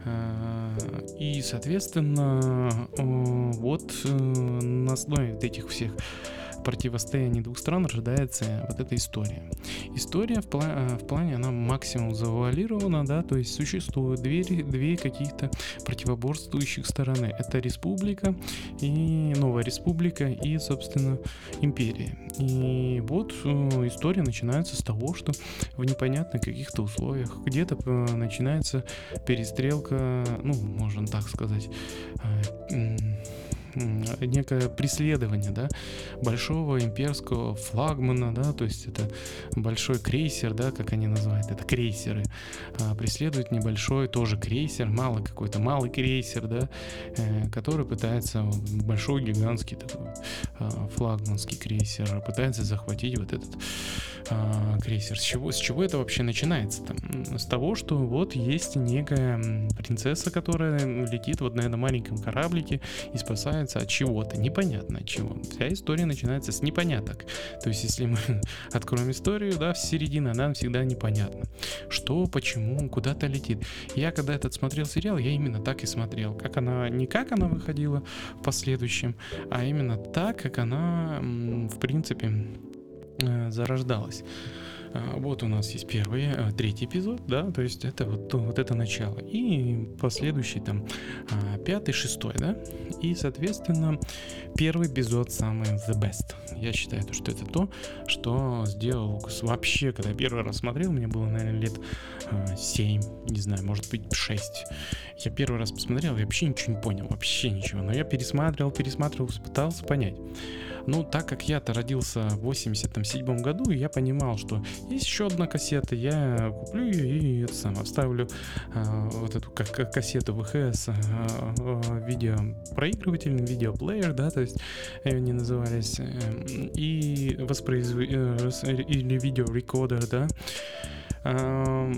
Э, и, соответственно, э, вот э, на основе вот этих всех противостояний двух стран рождается вот эта история. История в, пла- в плане, она максимум завуалирована, да, то есть существуют две, две каких-то противоборствующих стороны. Это республика и новая республика и, собственно, империя. И вот э, история начинается с того, что в непонятных каких-то условиях где-то э, начинается перестрелка, ну, можно так сказать, э, некое преследование, да, большого имперского флагмана, да, то есть это большой крейсер, да, как они называют, это крейсеры, а, преследует небольшой тоже крейсер, малый какой-то малый крейсер, да, э, который пытается, большой гигантский такой а, флагманский крейсер, пытается захватить вот этот а, крейсер. С чего, с чего это вообще начинается там? С того, что вот есть некая принцесса, которая летит вот на этом маленьком кораблике и спасается от чего-то, непонятно от чего. Вся история начинается с непоняток. То есть, если мы откроем историю, да, в середине, она всегда непонятна. Что, почему, куда-то летит. Я, когда этот смотрел сериал, я именно так и смотрел. Как она, не как она выходила в последующем, а именно так, как она, в принципе, зарождалась. Вот у нас есть первый, третий эпизод, да, то есть это вот, вот это начало. И последующий там пятый, шестой, да. И, соответственно, первый эпизод самый the best. Я считаю, что это то, что сделал Лукас. Вообще, когда я первый раз смотрел, мне было, наверное, лет семь, не знаю, может быть, шесть. Я первый раз посмотрел, я вообще ничего не понял, вообще ничего. Но я пересматривал, пересматривал, пытался понять. Ну, так как я-то родился в восемьдесят седьмом году, я понимал, что есть еще одна кассета, я куплю ее и это самое, вставлю а, вот эту как, как кассету ВХС, а, а, видеопроигрыватель, видеоплеер, да, то есть они назывались, и воспроизводить, или видеорекордер, да, а,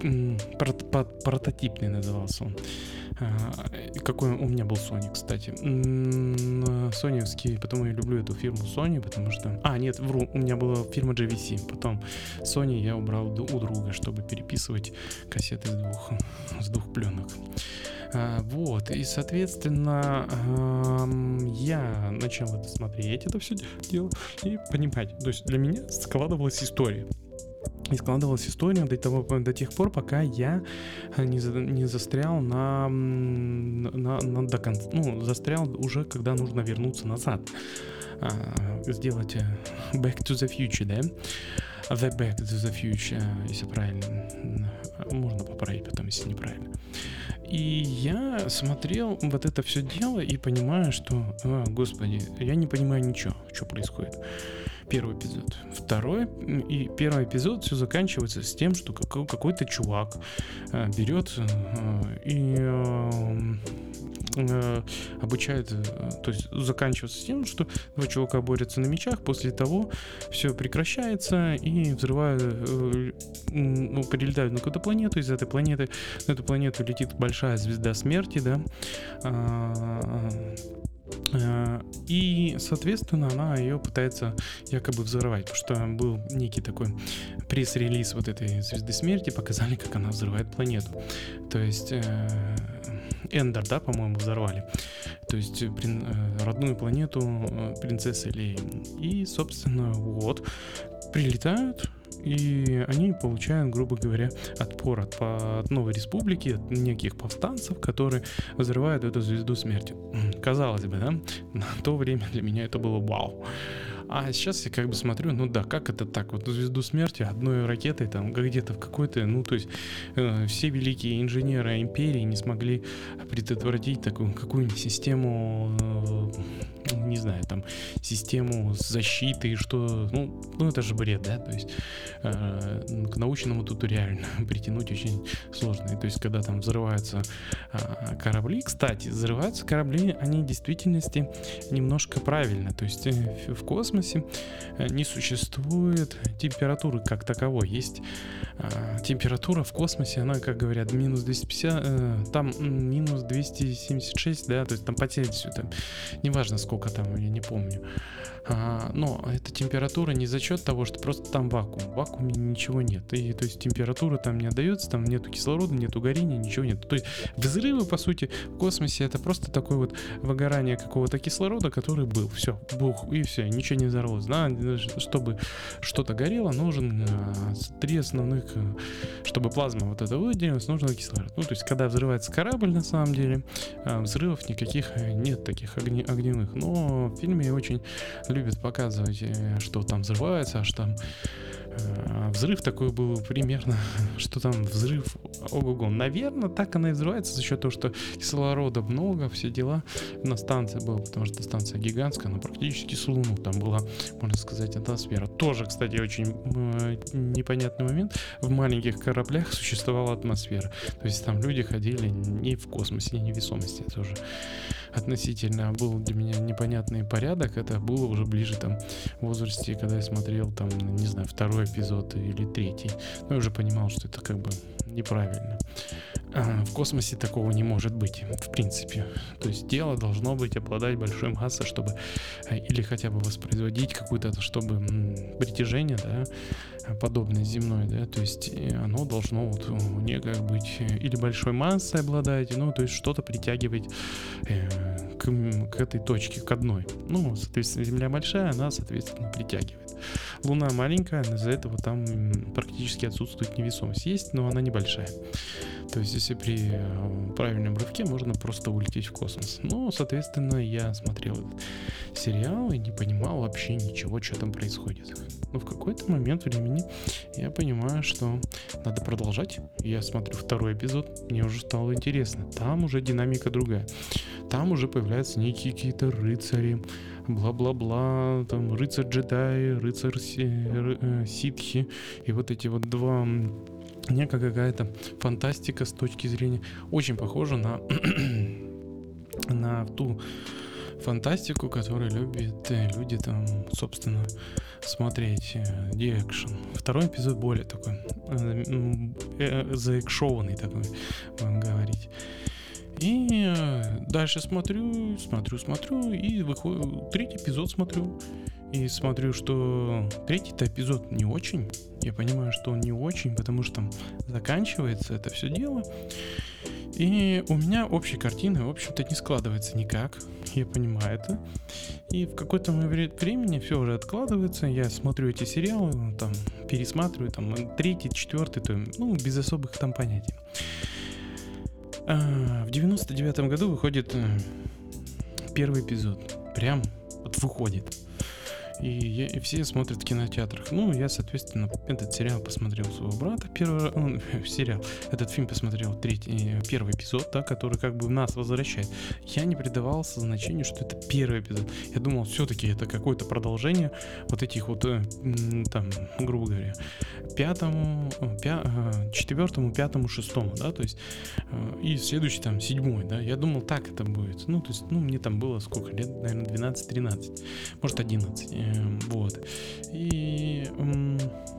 прототипный назывался он. Какой у меня был Sony, кстати. Соневский, потом я люблю эту фирму Sony, потому что... А, нет, вру, у меня была фирма джей ви си, потом Sony я убрал у друга, чтобы переписывать кассеты с двух, с двух пленок. А, вот, и, соответственно, я начал это смотреть, это все дело, и понимать. То есть для меня складывалась история. И складывалась история до, того, до тех пор, пока я не, за, не застрял на, на, на до конца, ну, застрял уже, когда нужно вернуться назад, а, сделать Back to the Future, да? The Back to the Future, если правильно, можно поправить потом, если неправильно. И я смотрел вот это все дело и понимаю, что, а, господи, я не понимаю ничего, что происходит. Первый эпизод. Второй и первый эпизод все заканчивается с тем, что какой-то чувак э, берет э, и э, э, обучает, э, то есть заканчивается с тем, что два чувака борются на мечах, после того все прекращается и взрывают, э, ну, прилетают на какую-то планету, из этой планеты на эту планету летит большая звезда смерти, да, и, соответственно, она ее пытается якобы взорвать, потому что был некий такой пресс-релиз вот этой звезды смерти, показали, как она взрывает планету. То есть Эндор, да, по-моему, взорвали. То есть прин, родную планету принцессы Леи. И, собственно, вот, прилетают, и они получают, грубо говоря, отпор от, от новой республики, от неких повстанцев, которые взрывают эту звезду смерти. Казалось бы, да, на то время для меня это было вау. А сейчас я как бы смотрю, ну да, как это так? Вот звезду смерти одной ракетой там где-то в какой-то, ну то есть э, все великие инженеры империи не смогли предотвратить такую какую-нибудь систему не знаю, там, систему защиты, что, ну, ну это же бред, да, то есть э, к научному тут реально притянуть очень сложно. И, то есть, когда там взрываются э, корабли, кстати, взрываются корабли, они в действительности немножко правильно, то есть э, в космосе не существует температуры как таковой, есть э, температура в космосе, она, как говорят, минус двести пятьдесят, э, там минус двести семьдесят шесть, да, то есть там по Цельсию, там, неважно сколько там, я не помню. А, но эта температура не за счет того, что просто там вакуум. В вакууме ничего нет. И, то есть температура там не отдается, там нету кислорода, нету горения, ничего нет. То есть взрывы, по сути, в космосе это просто такое вот выгорание какого-то кислорода, который был. Все, бух, и все, ничего не взорвалось. Да, чтобы что-то горело, нужен а, три основных, а, чтобы плазма вот это выделилась, нужен кислород. Ну, то есть, когда взрывается корабль, на самом деле, а, взрывов никаких нет, таких огне, огневых. Но в фильме очень любят показывать, что там взрывается, аж там э, взрыв такой был примерно, что там взрыв, ого-го. Наверное, так она и взрывается за счет того, что кислорода много, все дела. На станции была, потому что станция гигантская, она практически с Луну, там была, можно сказать, атмосфера. Тоже, кстати, очень э, непонятный момент. В маленьких кораблях существовала атмосфера. То есть там люди ходили не в космосе, не в невесомости. Это уже относительно был для меня непонятный порядок. Это было уже ближе там в возрасте, когда я смотрел там, не знаю, второй эпизод или третий. Но я уже понимал, что это как бы неправильно. А в космосе такого не может быть, в принципе. То есть тело должно быть обладать большой массой, чтобы или хотя бы воспроизводить какое-то, чтобы притяжение, да, подобное земной, да, то есть оно должно вот некое быть или большой массой обладать, ну, то есть что-то притягивать э, к, к этой точке, к одной. Ну, соответственно, Земля большая, она, соответственно, притягивает. Луна маленькая, из-за этого там практически отсутствует невесомость. Есть, но она небольшая. То есть, если при правильном рывке можно просто улететь в космос. Ну, соответственно, я смотрел этот сериал и не понимал вообще ничего, что там происходит. Но в какой-то момент времени я понимаю, что надо продолжать. Я смотрю второй эпизод, мне уже стало интересно. Там уже динамика другая. Там уже появляются некие какие-то рыцари, бла-бла-бла, там рыцарь-джедай, рыцарь-ситхи, и вот эти вот два... Некая какая-то фантастика с точки зрения... Очень похожа на, на ту фантастику, которую любят люди там, собственно, смотреть. Диэкшн. Второй эпизод более такой заэкшованный такой, будем говорить. И дальше смотрю, смотрю, смотрю, и выходит третий эпизод смотрю. И смотрю, что третий-то эпизод не очень. Я понимаю, что он не очень, потому что там заканчивается это все дело. И у меня общей картины, в общем-то, не складывается никак. Я понимаю это. И в какое-то времени все уже откладывается. Я смотрю эти сериалы, там, пересматриваю, там, третий, четвертый, то, ну, без особых там понятий. А, в девяносто девятом году выходит первый эпизод. Прям вот выходит. И, я, и все смотрят в кинотеатрах. Ну, я, соответственно, этот сериал посмотрел своего брата. Первый ну, сериал. Этот фильм посмотрел третий, первый эпизод, да, который как бы нас возвращает. Я не придавался значению, что это первый эпизод. Я думал, все-таки это какое-то продолжение вот этих вот, там, грубо говоря, пятому, пя, четвертому, пятому, шестому, да, то есть и следующий там седьмой, да. Я думал, так это будет. Ну, то есть, ну, мне там было сколько лет, наверное, двенадцать-тринадцать, может, одиннадцать. Вот. И м-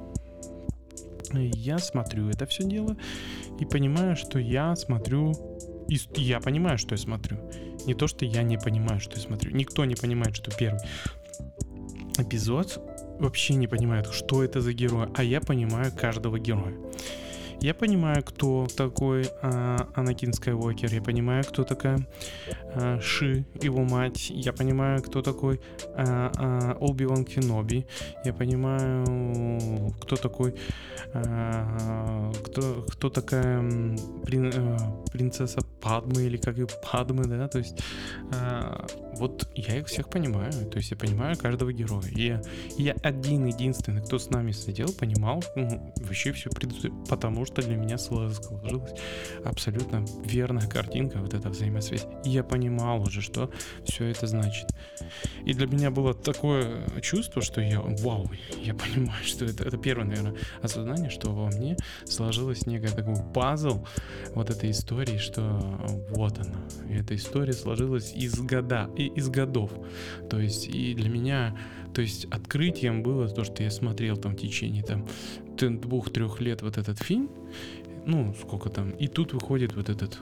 я смотрю это все дело и понимаю, что я смотрю. И я понимаю, что я смотрю. Не то, что я не понимаю, что я смотрю. Никто не понимает, что первый эпизод вообще не понимает, что это за герой. А я понимаю каждого героя. Я понимаю, кто такой а, Анакин Скайуокер. Я понимаю, кто такая а, Ши, его мать. Я понимаю, кто такой а, а, Оби-Ван Кеноби. Я понимаю, кто такой а, кто, кто такая прин, а, принцесса Падмы, или как ее Падмы, да, то есть а, вот я их всех понимаю, то есть я понимаю каждого героя. И я, и я один единственный, кто с нами сидел, понимал, ну, вообще все, потому что для меня сложилась абсолютно верная картинка, вот эта взаимосвязь. И я понимал уже, что все это значит. И для меня было такое чувство, что я, вау, я понимаю, что это, это первое, наверное, осознание, что во мне сложилось некое такой пазл вот этой истории, что вот она. И эта история сложилась из года, и из годов. То есть и для меня, то есть открытием было то, что я смотрел там в течение там двух-трех лет вот этот фильм, ну, сколько там, и тут выходит вот этот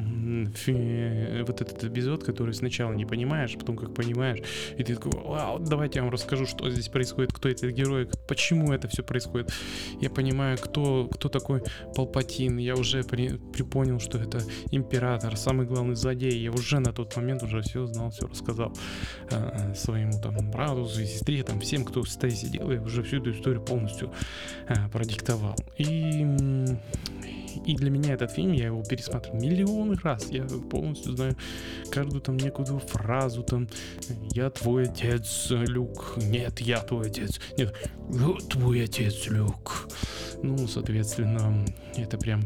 фи, вот этот эпизод, который сначала не понимаешь, потом как понимаешь, и ты такой, вау, давайте я вам расскажу, что здесь происходит, кто этот герой, почему это все происходит. Я понимаю, кто, кто такой Палпатин, я уже при, припонял, что это император, самый главный злодей, я уже на тот момент уже все знал, все рассказал э, своему там брату, своей сестре, там всем, кто стоит сидел, я уже всю эту историю полностью э, продиктовал. И И для меня этот фильм, я его пересматривал миллионы раз. Я полностью знаю каждую там некую фразу, там «Я твой отец, Люк». Нет, я твой отец. Нет, я твой отец, Люк. Ну, соответственно, это прям,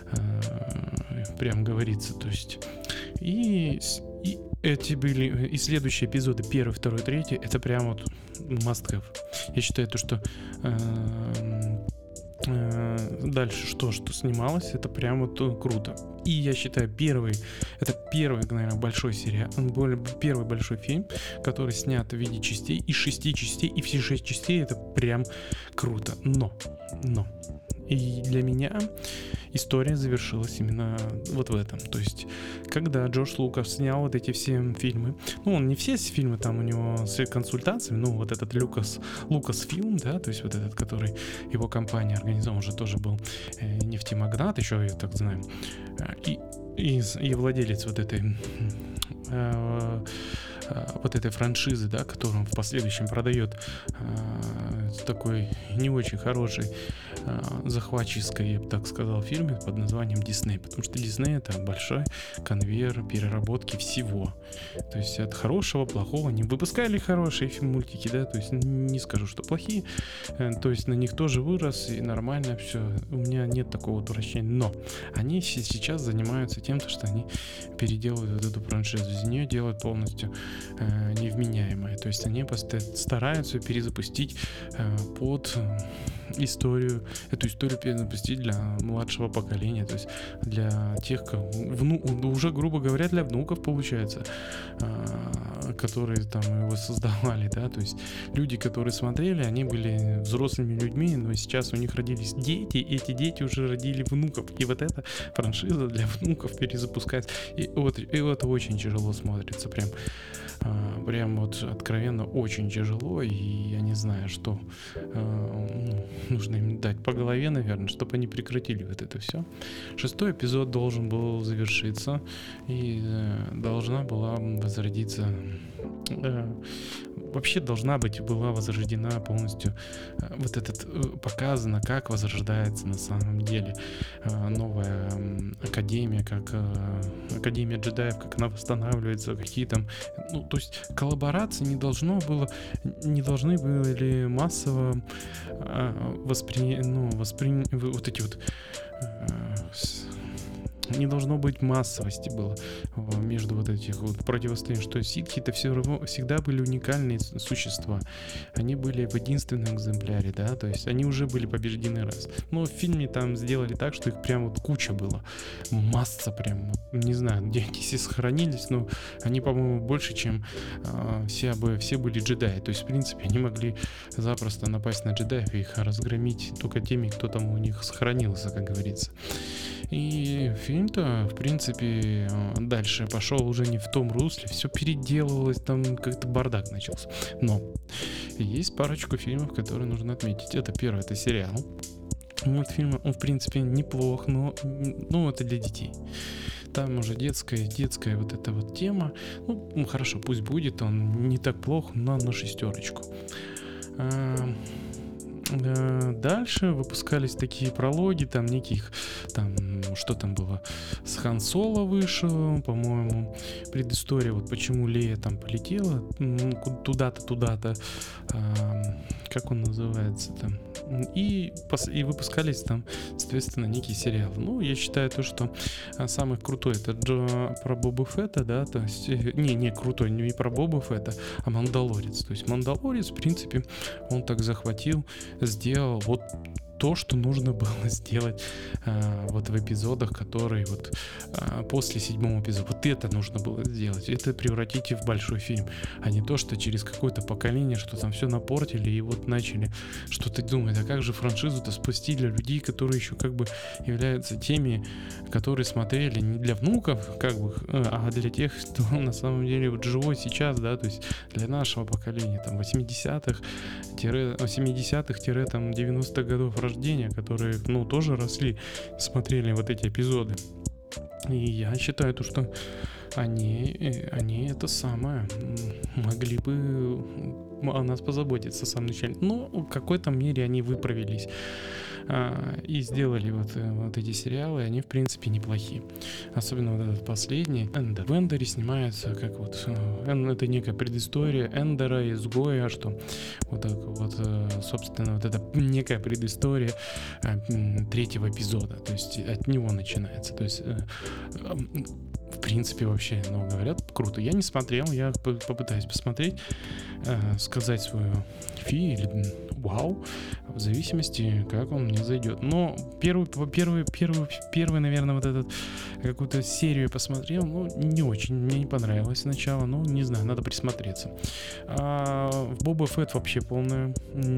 э, прям говорится. То есть, и, и эти были, и следующие эпизоды, первый, второй, третий, это прям вот must have. Я считаю то, что э, дальше что, что снималось, это прям вот круто. И я считаю, первый, это первый, наверное, большой сериал, первый большой фильм, который снят в виде частей, из шести частей, и все шесть частей, это прям круто. Но, но, и для меня история завершилась именно вот в этом. То есть, когда Джордж Лукас снял вот эти все фильмы, ну, он не все фильмы, там у него с консультациями, ну, вот этот Люкас, Лукасфилм, да, то есть вот этот, который его компания организовала, уже тоже был э, нефтемагнат, еще я так знаю, и, и, и владелец вот этой э, вот этой франшизы, да, которую он в последующем продает э, такой не очень хорошей э, захватческой, я бы так сказал, фирме под названием Disney, потому что Disney — это большой конвейер переработки всего, то есть от хорошего, плохого, не выпускали хорошие мультики, да, то есть не скажу, что плохие, э, то есть на них тоже вырос и нормально все, у меня нет такого отвращения, но они сейчас занимаются тем, что они переделывают вот эту франшизу, из нее делают полностью э, невменяемое. То есть они стараются перезапустить э, под историю, эту историю перезапустить для младшего поколения, то есть для тех, кого, вну, уже, грубо говоря, для внуков получается, э, которые там его создавали, да, то есть люди, которые смотрели, они были взрослыми людьми, но сейчас у них родились дети, и эти дети уже родили внуков, и вот эта франшиза для внуков перезапускается, и вот, и вот очень тяжело смотрится, прям, э, прям вот откровенно очень тяжело, и я не знаю, что э, ну, нужно им дать по голове, наверное, чтобы они прекратили вот это все. Шестой эпизод должен был завершиться, и э, должна была возродиться, э, вообще должна быть была возрождена полностью, э, вот этот, э, показано, как возрождается на самом деле э, новая э, академия, как э, академия джедаев, как она восстанавливается, какие там, ну, то есть коллаборации не должно было, не должны были массово э, воспри... ну, воспри... вот эти вот э, с... не должно быть массовости было между вот этих вот противостояний, что ситхи-то все равно всегда были уникальные существа. Они были в единственном экземпляре, да, то есть они уже были побеждены раз. Но в фильме там сделали так, что их прям вот куча было. Масса прям, не знаю, где они все сохранились, но они, по-моему, больше, чем э, все, все были джедаи. То есть, в принципе, они могли запросто напасть на джедаев и их разгромить только теми, кто там у них сохранился, как говорится. И фильм-то, в принципе, дальше пошел уже не в том русле, все переделывалось, там как-то бардак начался. Но есть парочку фильмов, которые нужно отметить. Это первый, это сериал. Мультфильм, он, в принципе, неплох, но ну, это для детей. Там уже детская, детская вот эта вот тема. Ну, ну хорошо, пусть будет, он не так плох, но на шестерочку. Дальше выпускались такие прологи, там неких там там, что там было, с Хан Соло вышел, по-моему, предыстория, вот почему Лея там полетела м, ку- туда-то, туда-то, ам, как он называется там, и, пос- и выпускались там, соответственно, некий сериал. Ну, я считаю то, что а, самый крутой это Джо, про Боба Фетта, да, то есть, э, не, не крутой, не про Боба Фетта, а Мандалорец. То есть Мандалорец, в принципе, он так захватил, сделал вот то, что нужно было сделать а, вот в эпизодах, которые вот а, после седьмого эпизода. Вот это нужно было сделать. Это превратить в большой фильм, а не то, что через какое-то поколение, что там все напортили и вот начали что-то думать, а как же франшизу-то спасти для людей, которые еще как бы являются теми, которые смотрели не для внуков, как бы, а для тех, кто на самом деле вот живой сейчас, да, то есть для нашего поколения, там, восьмидесятых, семидесятых, там, девяностых годов рождения, которые, ну, тоже росли, смотрели вот эти эпизоды. И я считаю, то, что они, они это самое могли бы о нас позаботиться в самом начале. Но в какой-то мере они выправились а, и сделали вот, вот эти сериалы, они в принципе неплохие. Особенно вот этот последний, Эндер. В Эндере снимается как вот, э, это некая предыстория Эндера, изгоя, что вот так вот, собственно, вот это некая предыстория э, третьего эпизода, то есть от него начинается. То есть э, э, в принципе, вообще, ну, говорят, круто. Я не смотрел, я попытаюсь посмотреть, э, сказать свою фи или вау, в зависимости, как он мне зайдет. Но первый, первый, первый, первый, наверное, вот этот какую-то серию посмотрел, ну, не очень, мне не понравилось сначала, ну, не знаю, надо присмотреться. А в Боба Фетт вообще полная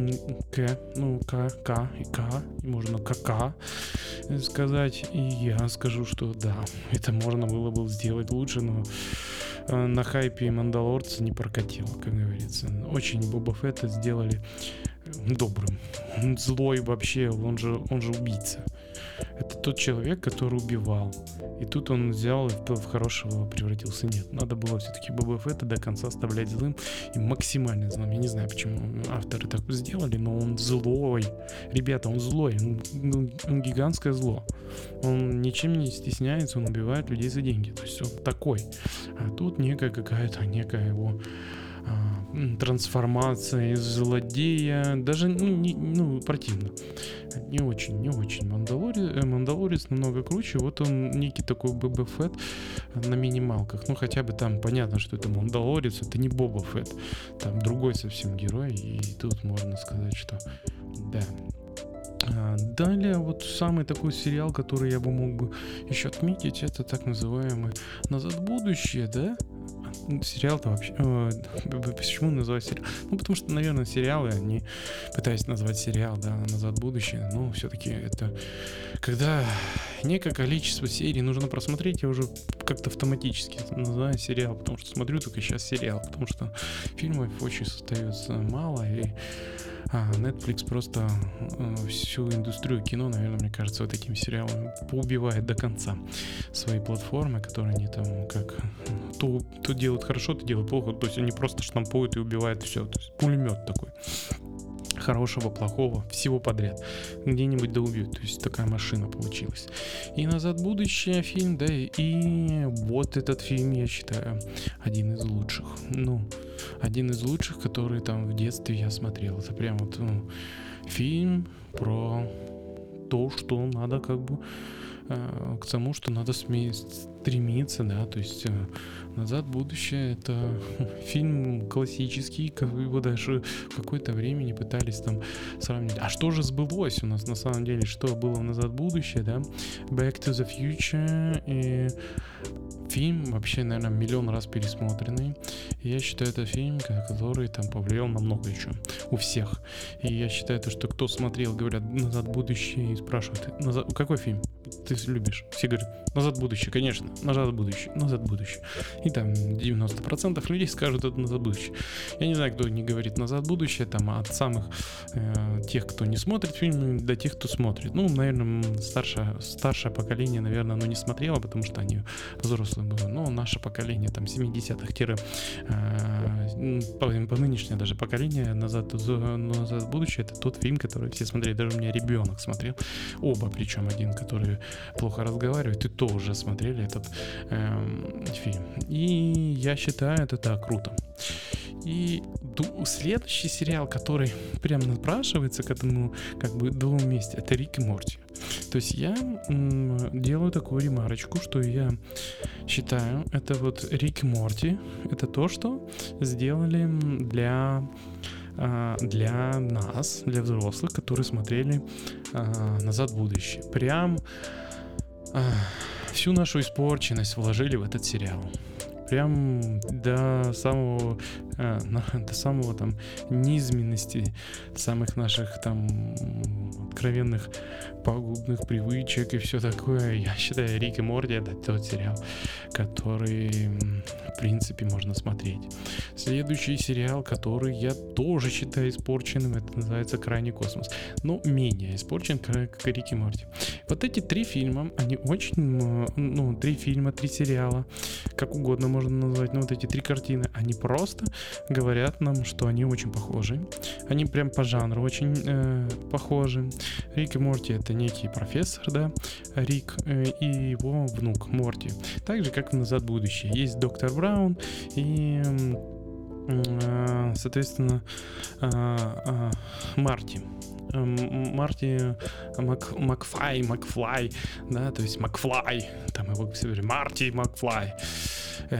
К, ну, К, К и К, и можно КК сказать, и я скажу, что да, это можно было бы сделать лучше, но э, на хайпе Мандалорца не прокатило, как говорится. Очень Боба Фетта сделали добрым. Он злой вообще, он же, он же убийца. Это тот человек, который убивал. И тут он взял и в, в хорошего превратился. Нет, надо было все-таки Боба Фетта до конца оставлять злым и максимально злым. Я не знаю, почему авторы так сделали, но он злой. Ребята, он злой. Он, он гигантское зло. Он ничем не стесняется, он убивает людей за деньги. То есть он такой. А тут некая какая-то, некая его трансформация из злодея, даже, ну, не, ну, противно. Не очень, не очень. Мандалорец, Мандалорец намного круче. Вот он некий такой Боба Фетт на минималках. Ну, хотя бы там понятно, что это Мандалорец, это не Боба Фетт. Там другой совсем герой. И тут можно сказать, что да. А далее, вот самый такой сериал, который я бы мог бы еще отметить, это так называемый «Назад в будущее», да? Сериал-то вообще... Э, почему называть сериал? Ну, потому что, наверное, сериалы, они пытаясь назвать сериал, да, «Назад в будущее», но все-таки это... Когда некое количество серий нужно просмотреть, я уже как-то автоматически называю сериал, потому что смотрю только сейчас сериал, потому что фильмов очень остается мало, и а, Netflix просто э, всю индустрию кино, наверное, мне кажется, вот этими сериалами поубивает до конца свои платформы, которые они там как то, то делают хорошо, то делают плохо, то есть они просто штампуют и убивают все, то есть пулемет такой. Хорошего, плохого, всего подряд. Где-нибудь да убьют. То есть такая машина получилась. И «Назад в будущее» фильм, да, и вот этот фильм, я считаю, один из лучших. Ну, один из лучших, который там в детстве я смотрел. Это прям вот, ну, фильм про то, что надо как бы э, к тому, что надо сме- стремиться, да, то есть э, «Назад в будущее» — это фильм классический, как его даже в какое-то время не пытались там сравнить. А что же сбылось у нас на самом деле? Что было в «Назад в будущее», да? Back to the Future, и фильм вообще, наверное, миллион раз пересмотренный. И я считаю, это фильм, который там повлиял на много еще у всех. И я считаю, то, что кто смотрел, говорят, «Назад в будущее», и спрашивают, назад... какой фильм ты любишь? Все говорят, «Назад в будущее», конечно, «Назад в будущее», «Назад в будущее». И там девяносто процентов людей скажут, это «Назад в будущее». Я не знаю, кто не говорит «Назад в будущее», там от самых э, тех, кто не смотрит фильм, до тех, кто смотрит. Ну, наверное, старшее, старшее поколение, наверное, оно не смотрело, потому что они взрослые были. Но наше поколение, там, семидесятых тире э, по, по нынешнее даже поколение «Назад, «Назад в будущее» — это тот фильм, который все смотрели. Даже у меня ребенок смотрел. Оба, причем один, который которые плохо разговаривают, и то уже смотрели этот эм, фильм. И я считаю, это так круто. И ду- следующий сериал, который прям напрашивается к этому как бы двум вместе, это Рик и Морти. То есть я м, делаю такую ремарочку, что я считаю, это вот Рик и Морти, это то, что сделали для а, для нас, для взрослых, которые смотрели а, «Назад в будущее». Прям а, всю нашу испорченность вложили в этот сериал. Прям до самого, э, на, до самого там низменности самых наших там откровенных пагубных привычек и все такое. Я считаю, Рик и Морти — это тот сериал, который, в принципе, можно смотреть. Следующий сериал, который я тоже считаю испорченным, это называется «Крайний космос». Но менее испорчен, как Рик и Морти. Вот эти три фильма, они очень, ну, три фильма, три сериала, как угодно можно назвать, но вот эти три картины, они просто говорят нам, что они очень похожи. Они прям по жанру очень э, похожи. Рик и Морти — это некий профессор, да, Рик, э, и его внук Морти. Так же, как в «Назад в будущее». Есть доктор Браун и, э, соответственно, э, э, Марти. Марти Мак, Макфай, Макфлай, да, то есть Макфлай, там его все говорят, Марти Макфлай, э,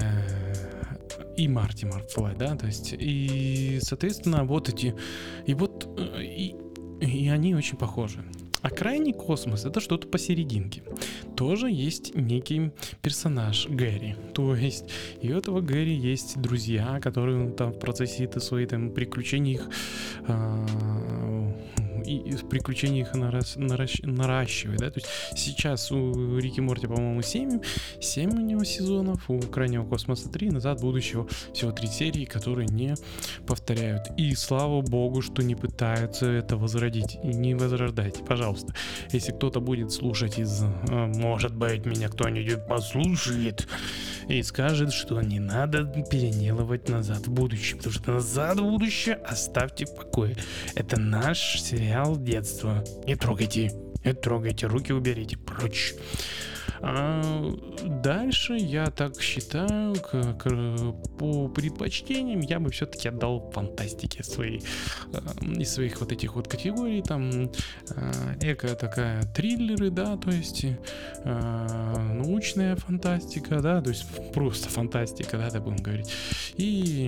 и Марти Макфлай, да, то есть, и, соответственно, вот эти, и вот, и, и они очень похожи. А крайний космос — это что-то посерединке. Тоже есть некий персонаж Гэри. То есть и у этого Гэри есть друзья, которые он там в процессе это свои там приключений их а, и приключений их наращ, наращ, наращивает, да, то есть сейчас у Рики Морти, по-моему, семь, семь у него сезонов, у Крайнего космоса три, Назад в будущего всего три серии, которые не повторяют. И слава богу, что не пытаются это возродить. И не возрождайте, пожалуйста. Если кто-то будет слушать из, может быть, меня кто-нибудь послушает и скажет, что не надо переделывать Назад в будущее, потому что Назад в будущее оставьте в покое. Это наш сериал детства. Не трогайте, не трогайте, руки уберите прочь. А дальше я так считаю, как по предпочтениям я бы все-таки отдал фантастике своей, из своих вот этих вот категорий, там эко такая триллеры, да, то есть научная фантастика, да, то есть просто фантастика, да, так будем говорить, и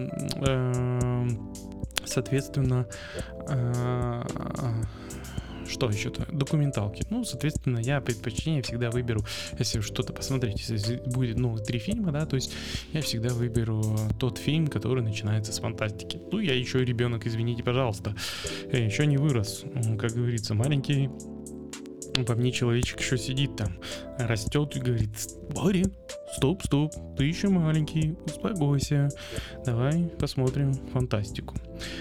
соответственно что еще-то? Документалки. Ну, соответственно, я предпочтение всегда выберу, если что-то посмотреть, если будет, ну, три фильма, да, то есть я всегда выберу тот фильм, который начинается с фантастики. Ну, я еще ребенок, извините, пожалуйста. Я еще не вырос. Как говорится, маленький во мне человечек еще сидит там, растет и говорит: Барри, стоп, стоп, ты еще маленький, успокойся. Давай посмотрим фантастику.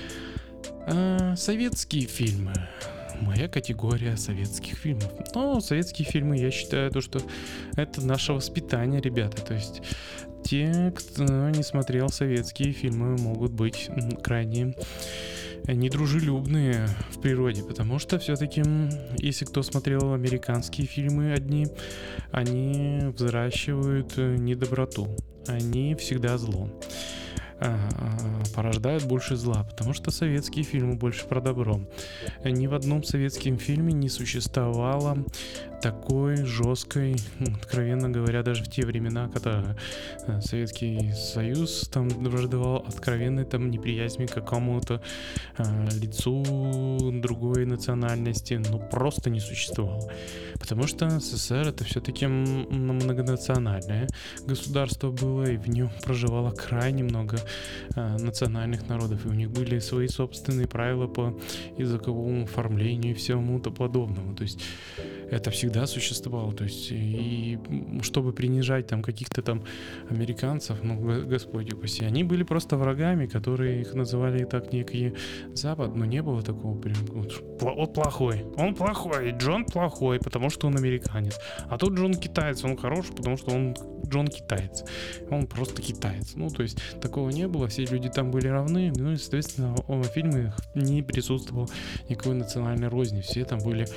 А, советские фильмы. Моя категория советских фильмов. Но советские фильмы, я считаю, то, что это наше воспитание, ребята. То есть те, кто не смотрел советские фильмы, могут быть крайне недружелюбные в природе, потому что все-таки, если кто смотрел американские фильмы одни, они взращивают недоброту, они всегда зло. Порождают больше зла, потому что советские фильмы больше про добро. Ни в одном советском фильме не существовало такой жесткой, откровенно говоря, даже в те времена, когда Советский Союз там враждовал, откровенной там неприязни к какому-то э, лицу другой национальности, ну просто не существовало. Потому что СССР — это все-таки многонациональное государство было, и в нем проживало крайне много э, национальных народов, и у них были свои собственные правила по языковому оформлению и всему-то подобному. То есть это всегда существовало. То есть и чтобы принижать там каких-то там американцев, ну, Господи упаси, они были просто врагами, которые их называли так некий Запад, но не было такого прям вот, он плохой, он плохой, Джон плохой, потому что он американец, а тут Джон китаец, он хороший, потому что он Джон китаец, он просто китаец. Ну, то есть такого не было, все люди там были равны, ну и, соответственно, в фильме не присутствовал никакой национальной розни, все там были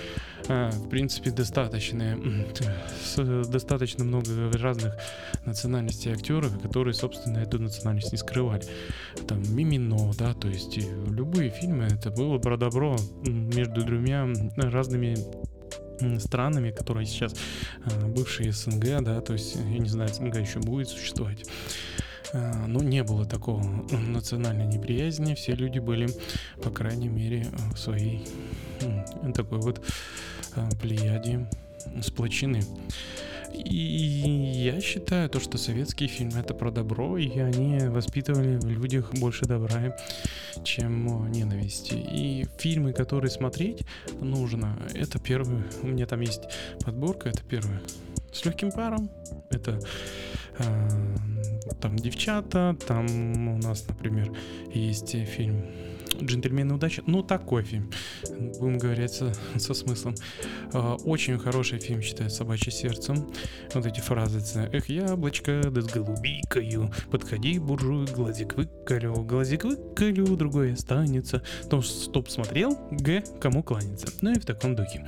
а, в принципе, достаточно, м, т- с- достаточно много разных национальностей актеров, которые, собственно, эту национальность не скрывали. Там Мимино, да, то есть и любые фильмы, это было про добро м, между двумя м, разными м, странами, которые сейчас а, бывшие СНГ, да, то есть, я не знаю, СНГ еще будет существовать. А, но не было такого м, национальной неприязни, все люди были, по крайней мере, э, в своей м, такой вот а, плеяде сплочены. И я считаю то, что советские фильмы это про добро, и они воспитывали в людях больше добра, чем э, ненависти. И фильмы, которые смотреть нужно, это первый, у меня там есть подборка, это первый с легким паром, это э, там девчата, там у нас, например, есть э, фильм «Джентльмены удачи». Ну, такой фильм, будем говорить со, со смыслом. А, Очень хороший фильм, считаю, «Собачье сердце». Вот эти фразы: «Эх, яблочко, да с голубикою, подходи, буржуй, глазик выколю, глазик выколю, другой останется». Том, стоп, смотрел, Г, кому кланяться. Ну и в таком духе.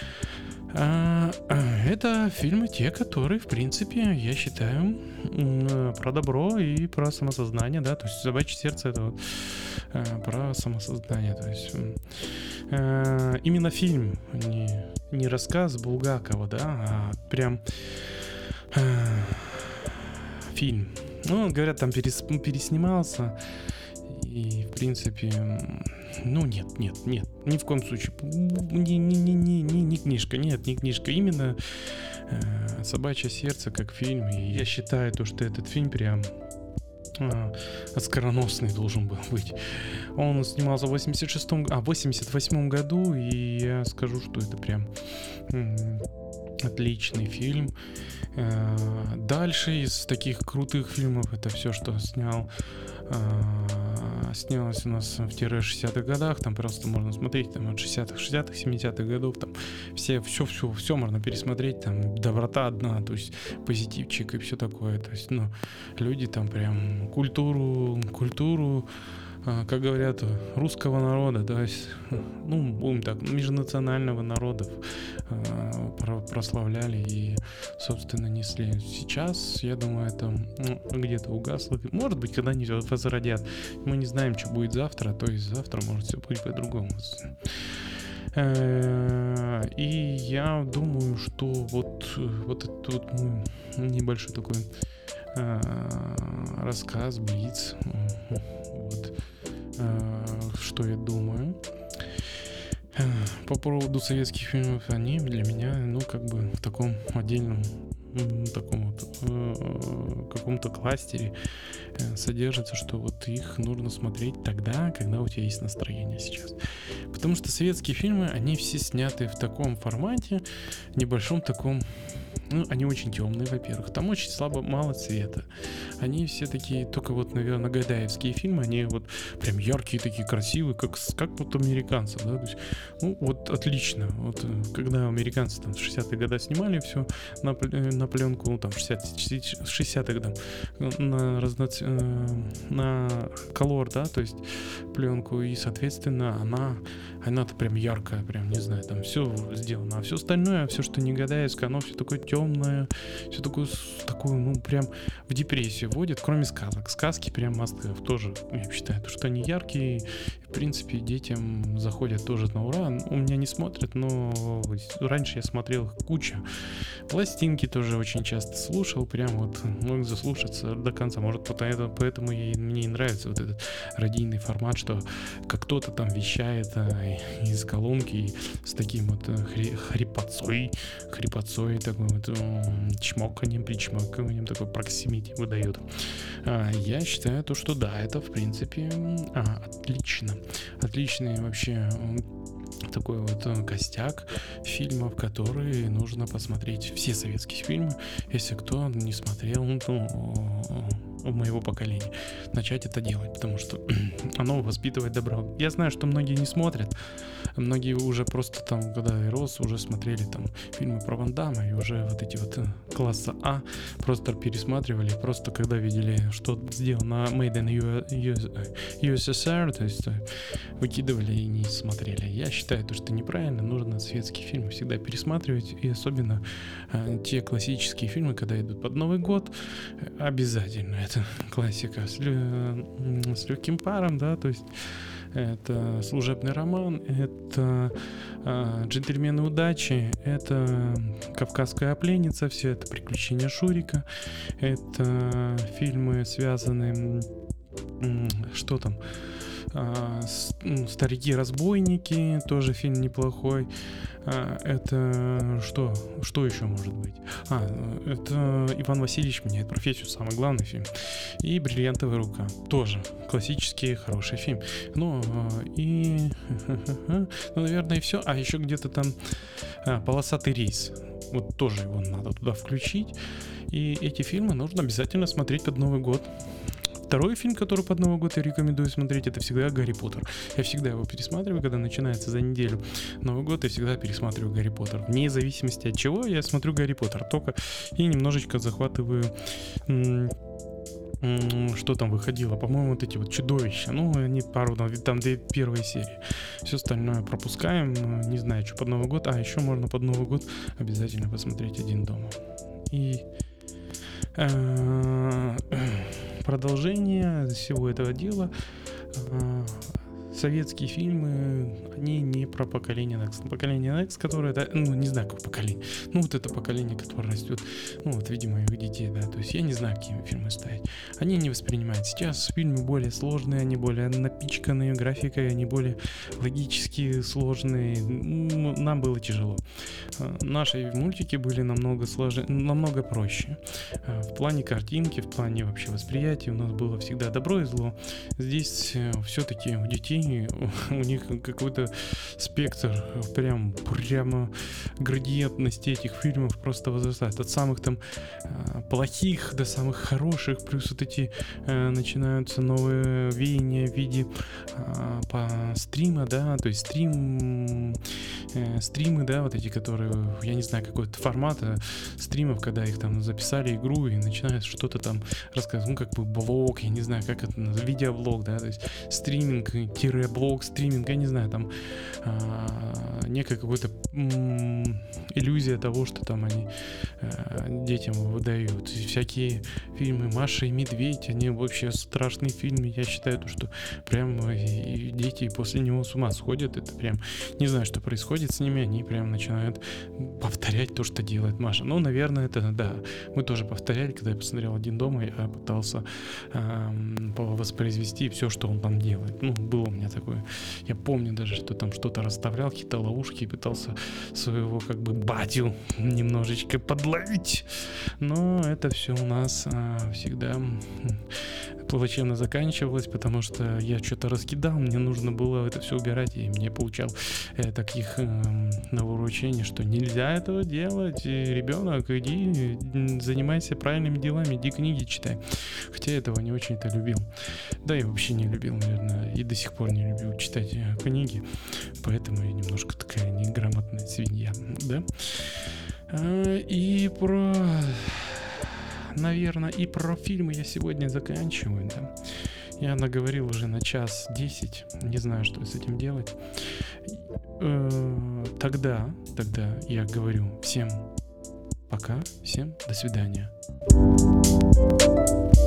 А, а, это фильмы те, которые, в принципе, я считаю, м, э, про добро и про самосознание, да, то есть «Собачье сердце» — это вот э, про самосознание, то есть м, э, именно фильм, не, не рассказ Булгакова, да, а прям э, фильм. Ну, говорят, там перес- переснимался, и, в принципе, м, ну, нет, нет, нет, ни в коем случае. Не, не, не, не, не, не книжка, нет, не книжка. Именно э, «Собачье сердце» как фильм. И я считаю то, что этот фильм прям э, оскароносный должен был быть. Он снимался в восемьдесят шестом, а, восемьдесят восьмом году, и я скажу, что это прям м, отличный фильм. Э, Дальше из таких крутых фильмов это все, что снял а, снялось у нас в шестидесятых годах, там просто можно смотреть там от шестидесятых, шестидесятых, семидесятых годов, там все, все, все, все можно пересмотреть, там доброта одна, то есть позитивчик и все такое, то есть, ну, люди там прям культуру, культуру, а, как говорят, русского народа, то есть, ну, будем так, межнационального народа а, про- прославляли и, собственно, несли. Сейчас, я думаю, это ну, где-то угасло. Может быть, когда-нибудь возродят. Мы не знаем, что будет завтра, то есть завтра может все быть по-другому. Э, И я думаю, что вот, вот этот вот мой небольшой такой э, рассказ, блиц, э, вот, э, что я думаю. Э, По поводу советских фильмов, они для меня, ну, как бы в таком отдельном м, таком вот э, каком-то кластере э, содержится, что вот их нужно смотреть тогда, когда у тебя есть настроение сейчас. Потому что советские фильмы, они все сняты в таком формате, небольшом таком. Ну, они очень темные, во-первых. Там очень слабо, мало цвета. Они все такие, только вот, наверное, гайдаевские фильмы, они вот прям яркие, такие красивые, как, с- как вот американцев, да, то есть, ну, вот отлично. Вот э, когда американцы там в шестидесятые годы снимали все на, пл- э, на пленку, ну, там, в шестидесятых, там, на, разноц... э, на колор, да, то есть пленку, и, соответственно, она, она-то прям яркая, прям, не знаю, там все сделано. А все остальное, все, что не гадаевское, оно все такое темное, все такое, с- такое, ну, прям в депрессию вводит, кроме сказок. Сказки прям must have тоже, я считаю, что они яркие, и, в принципе, детям заходят тоже на ура. У меня не смотрят, но раньше я смотрел их куча. Пластинки тоже очень часто слушал, прям вот мог заслушаться до конца. Может, поэтому, поэтому и мне и нравится вот этот радийный формат, что как кто-то там вещает а, из колонки с таким вот а, хри- хрипотцой, хрипотцой, такой вот м, чмоканием, причмоканием, такой проксимити выдает. А, я считаю то, что да, это в принципе м, а, отлично. Отличный вообще м, такой вот э, костяк фильмов, которые нужно посмотреть. Все советские фильмы, если кто не смотрел, ну, то у моего поколения начать это делать, потому что оно воспитывает добро. Я знаю, что многие не смотрят, многие уже просто там, когда я рос, уже смотрели там фильмы про Ван Дамма и уже вот эти вот э, класса А просто пересматривали, просто когда видели, что сделано Made in ю эс эс ар, то есть э, выкидывали и не смотрели. Я считаю, то, что неправильно, нужно светские фильмы всегда пересматривать, и особенно э, те классические фильмы, когда идут под Новый год, обязательно. Это классика с, лё- с легким паром, да, то есть это служебный роман, это э, джентльмены удачи, это Кавказская пленница, все это приключения Шурика, это фильмы, связанные, м, что там, а, с- м, Старики-разбойники, тоже фильм неплохой. А, это что? Что еще может быть? А, это Иван Васильевич меняет профессию, самый главный фильм. И Бриллиантовая рука, тоже классический хороший фильм. Ну а, и, ну, наверное, и все. А еще где-то там а, Полосатый рейс. Вот тоже его надо туда включить. И эти фильмы нужно обязательно смотреть под Новый год. Второй фильм, который под Новый год я рекомендую смотреть, это всегда Гарри Поттер. Я всегда его пересматриваю, когда начинается за неделю Новый год, я всегда пересматриваю Гарри Поттер. Вне зависимости от чего, я смотрю Гарри Поттер только и немножечко захватываю... м- м, Что там выходило? По-моему, вот эти вот чудовища. Ну, они пару, там две первые серии. Все остальное пропускаем. Не знаю, что под Новый год. А еще можно под Новый год обязательно посмотреть «Один дома». И э, продолжение всего этого дела. э, Советские фильмы, они не про поколение Next. Поколение Next, которое, да, ну, не знаю, какое поколение. Ну, вот это поколение, которое растет, ну, вот, видимо, их детей, да. То есть я не знаю, какие фильмы ставить. Они не воспринимают. Сейчас фильмы более сложные, они более напичканные графикой, они более логически сложные. М, Нам было тяжело. А, Наши мультики были намного сложнее, намного проще. А, В плане картинки, в плане вообще восприятия у нас было всегда добро и зло. Здесь все-таки у детей у них какой-то спектр, прям прямо градиентности этих фильмов просто возрастает. От самых там э, плохих до самых хороших, плюс вот эти э, начинаются новые веяния в виде э, по стрима, да, то есть стрим, э, стримы, да, вот эти, которые, я не знаю, какой-то формат э, стримов, когда их там записали игру и начинают что-то там рассказывать, ну, как бы блог, я не знаю, как это называется, видеоблог, да, то есть стриминг, тире блог, стриминг, я не знаю, там а, некая какая-то м, иллюзия того, что там они а, детям выдают. И всякие фильмы «Маша и Медведь», они вообще страшные фильмы. Я считаю, то, что прям и, и дети после него с ума сходят. Это прям, не знаю, что происходит с ними, они прям начинают повторять то, что делает Маша. Ну, наверное, это, да, мы тоже повторяли, когда я посмотрел «Один дома», я пытался а, воспроизвести все, что он там делает. Ну, было у меня такое. Я помню даже, что там что-то расставлял, какие-то ловушки, и пытался своего как бы батю немножечко подловить. Но это все у нас а, всегда м, плачевно заканчивалось, потому что я что-то раскидал, мне нужно было это все убирать, и мне получал э, таких э, нравоучений, что нельзя этого делать. И, ребенок, иди, м, занимайся правильными делами, иди книги читай. Хотя я этого не очень-то любил. Да, и вообще не любил, наверное, и до сих пор не любил читать э, книги, поэтому я немножко такая неграмотная свинья, да. А, И про, наверное, и про фильмы я сегодня заканчиваю, да. Я наговорил уже на час десять, не знаю, что с этим делать. Э, Тогда, тогда я говорю всем пока, всем до свидания.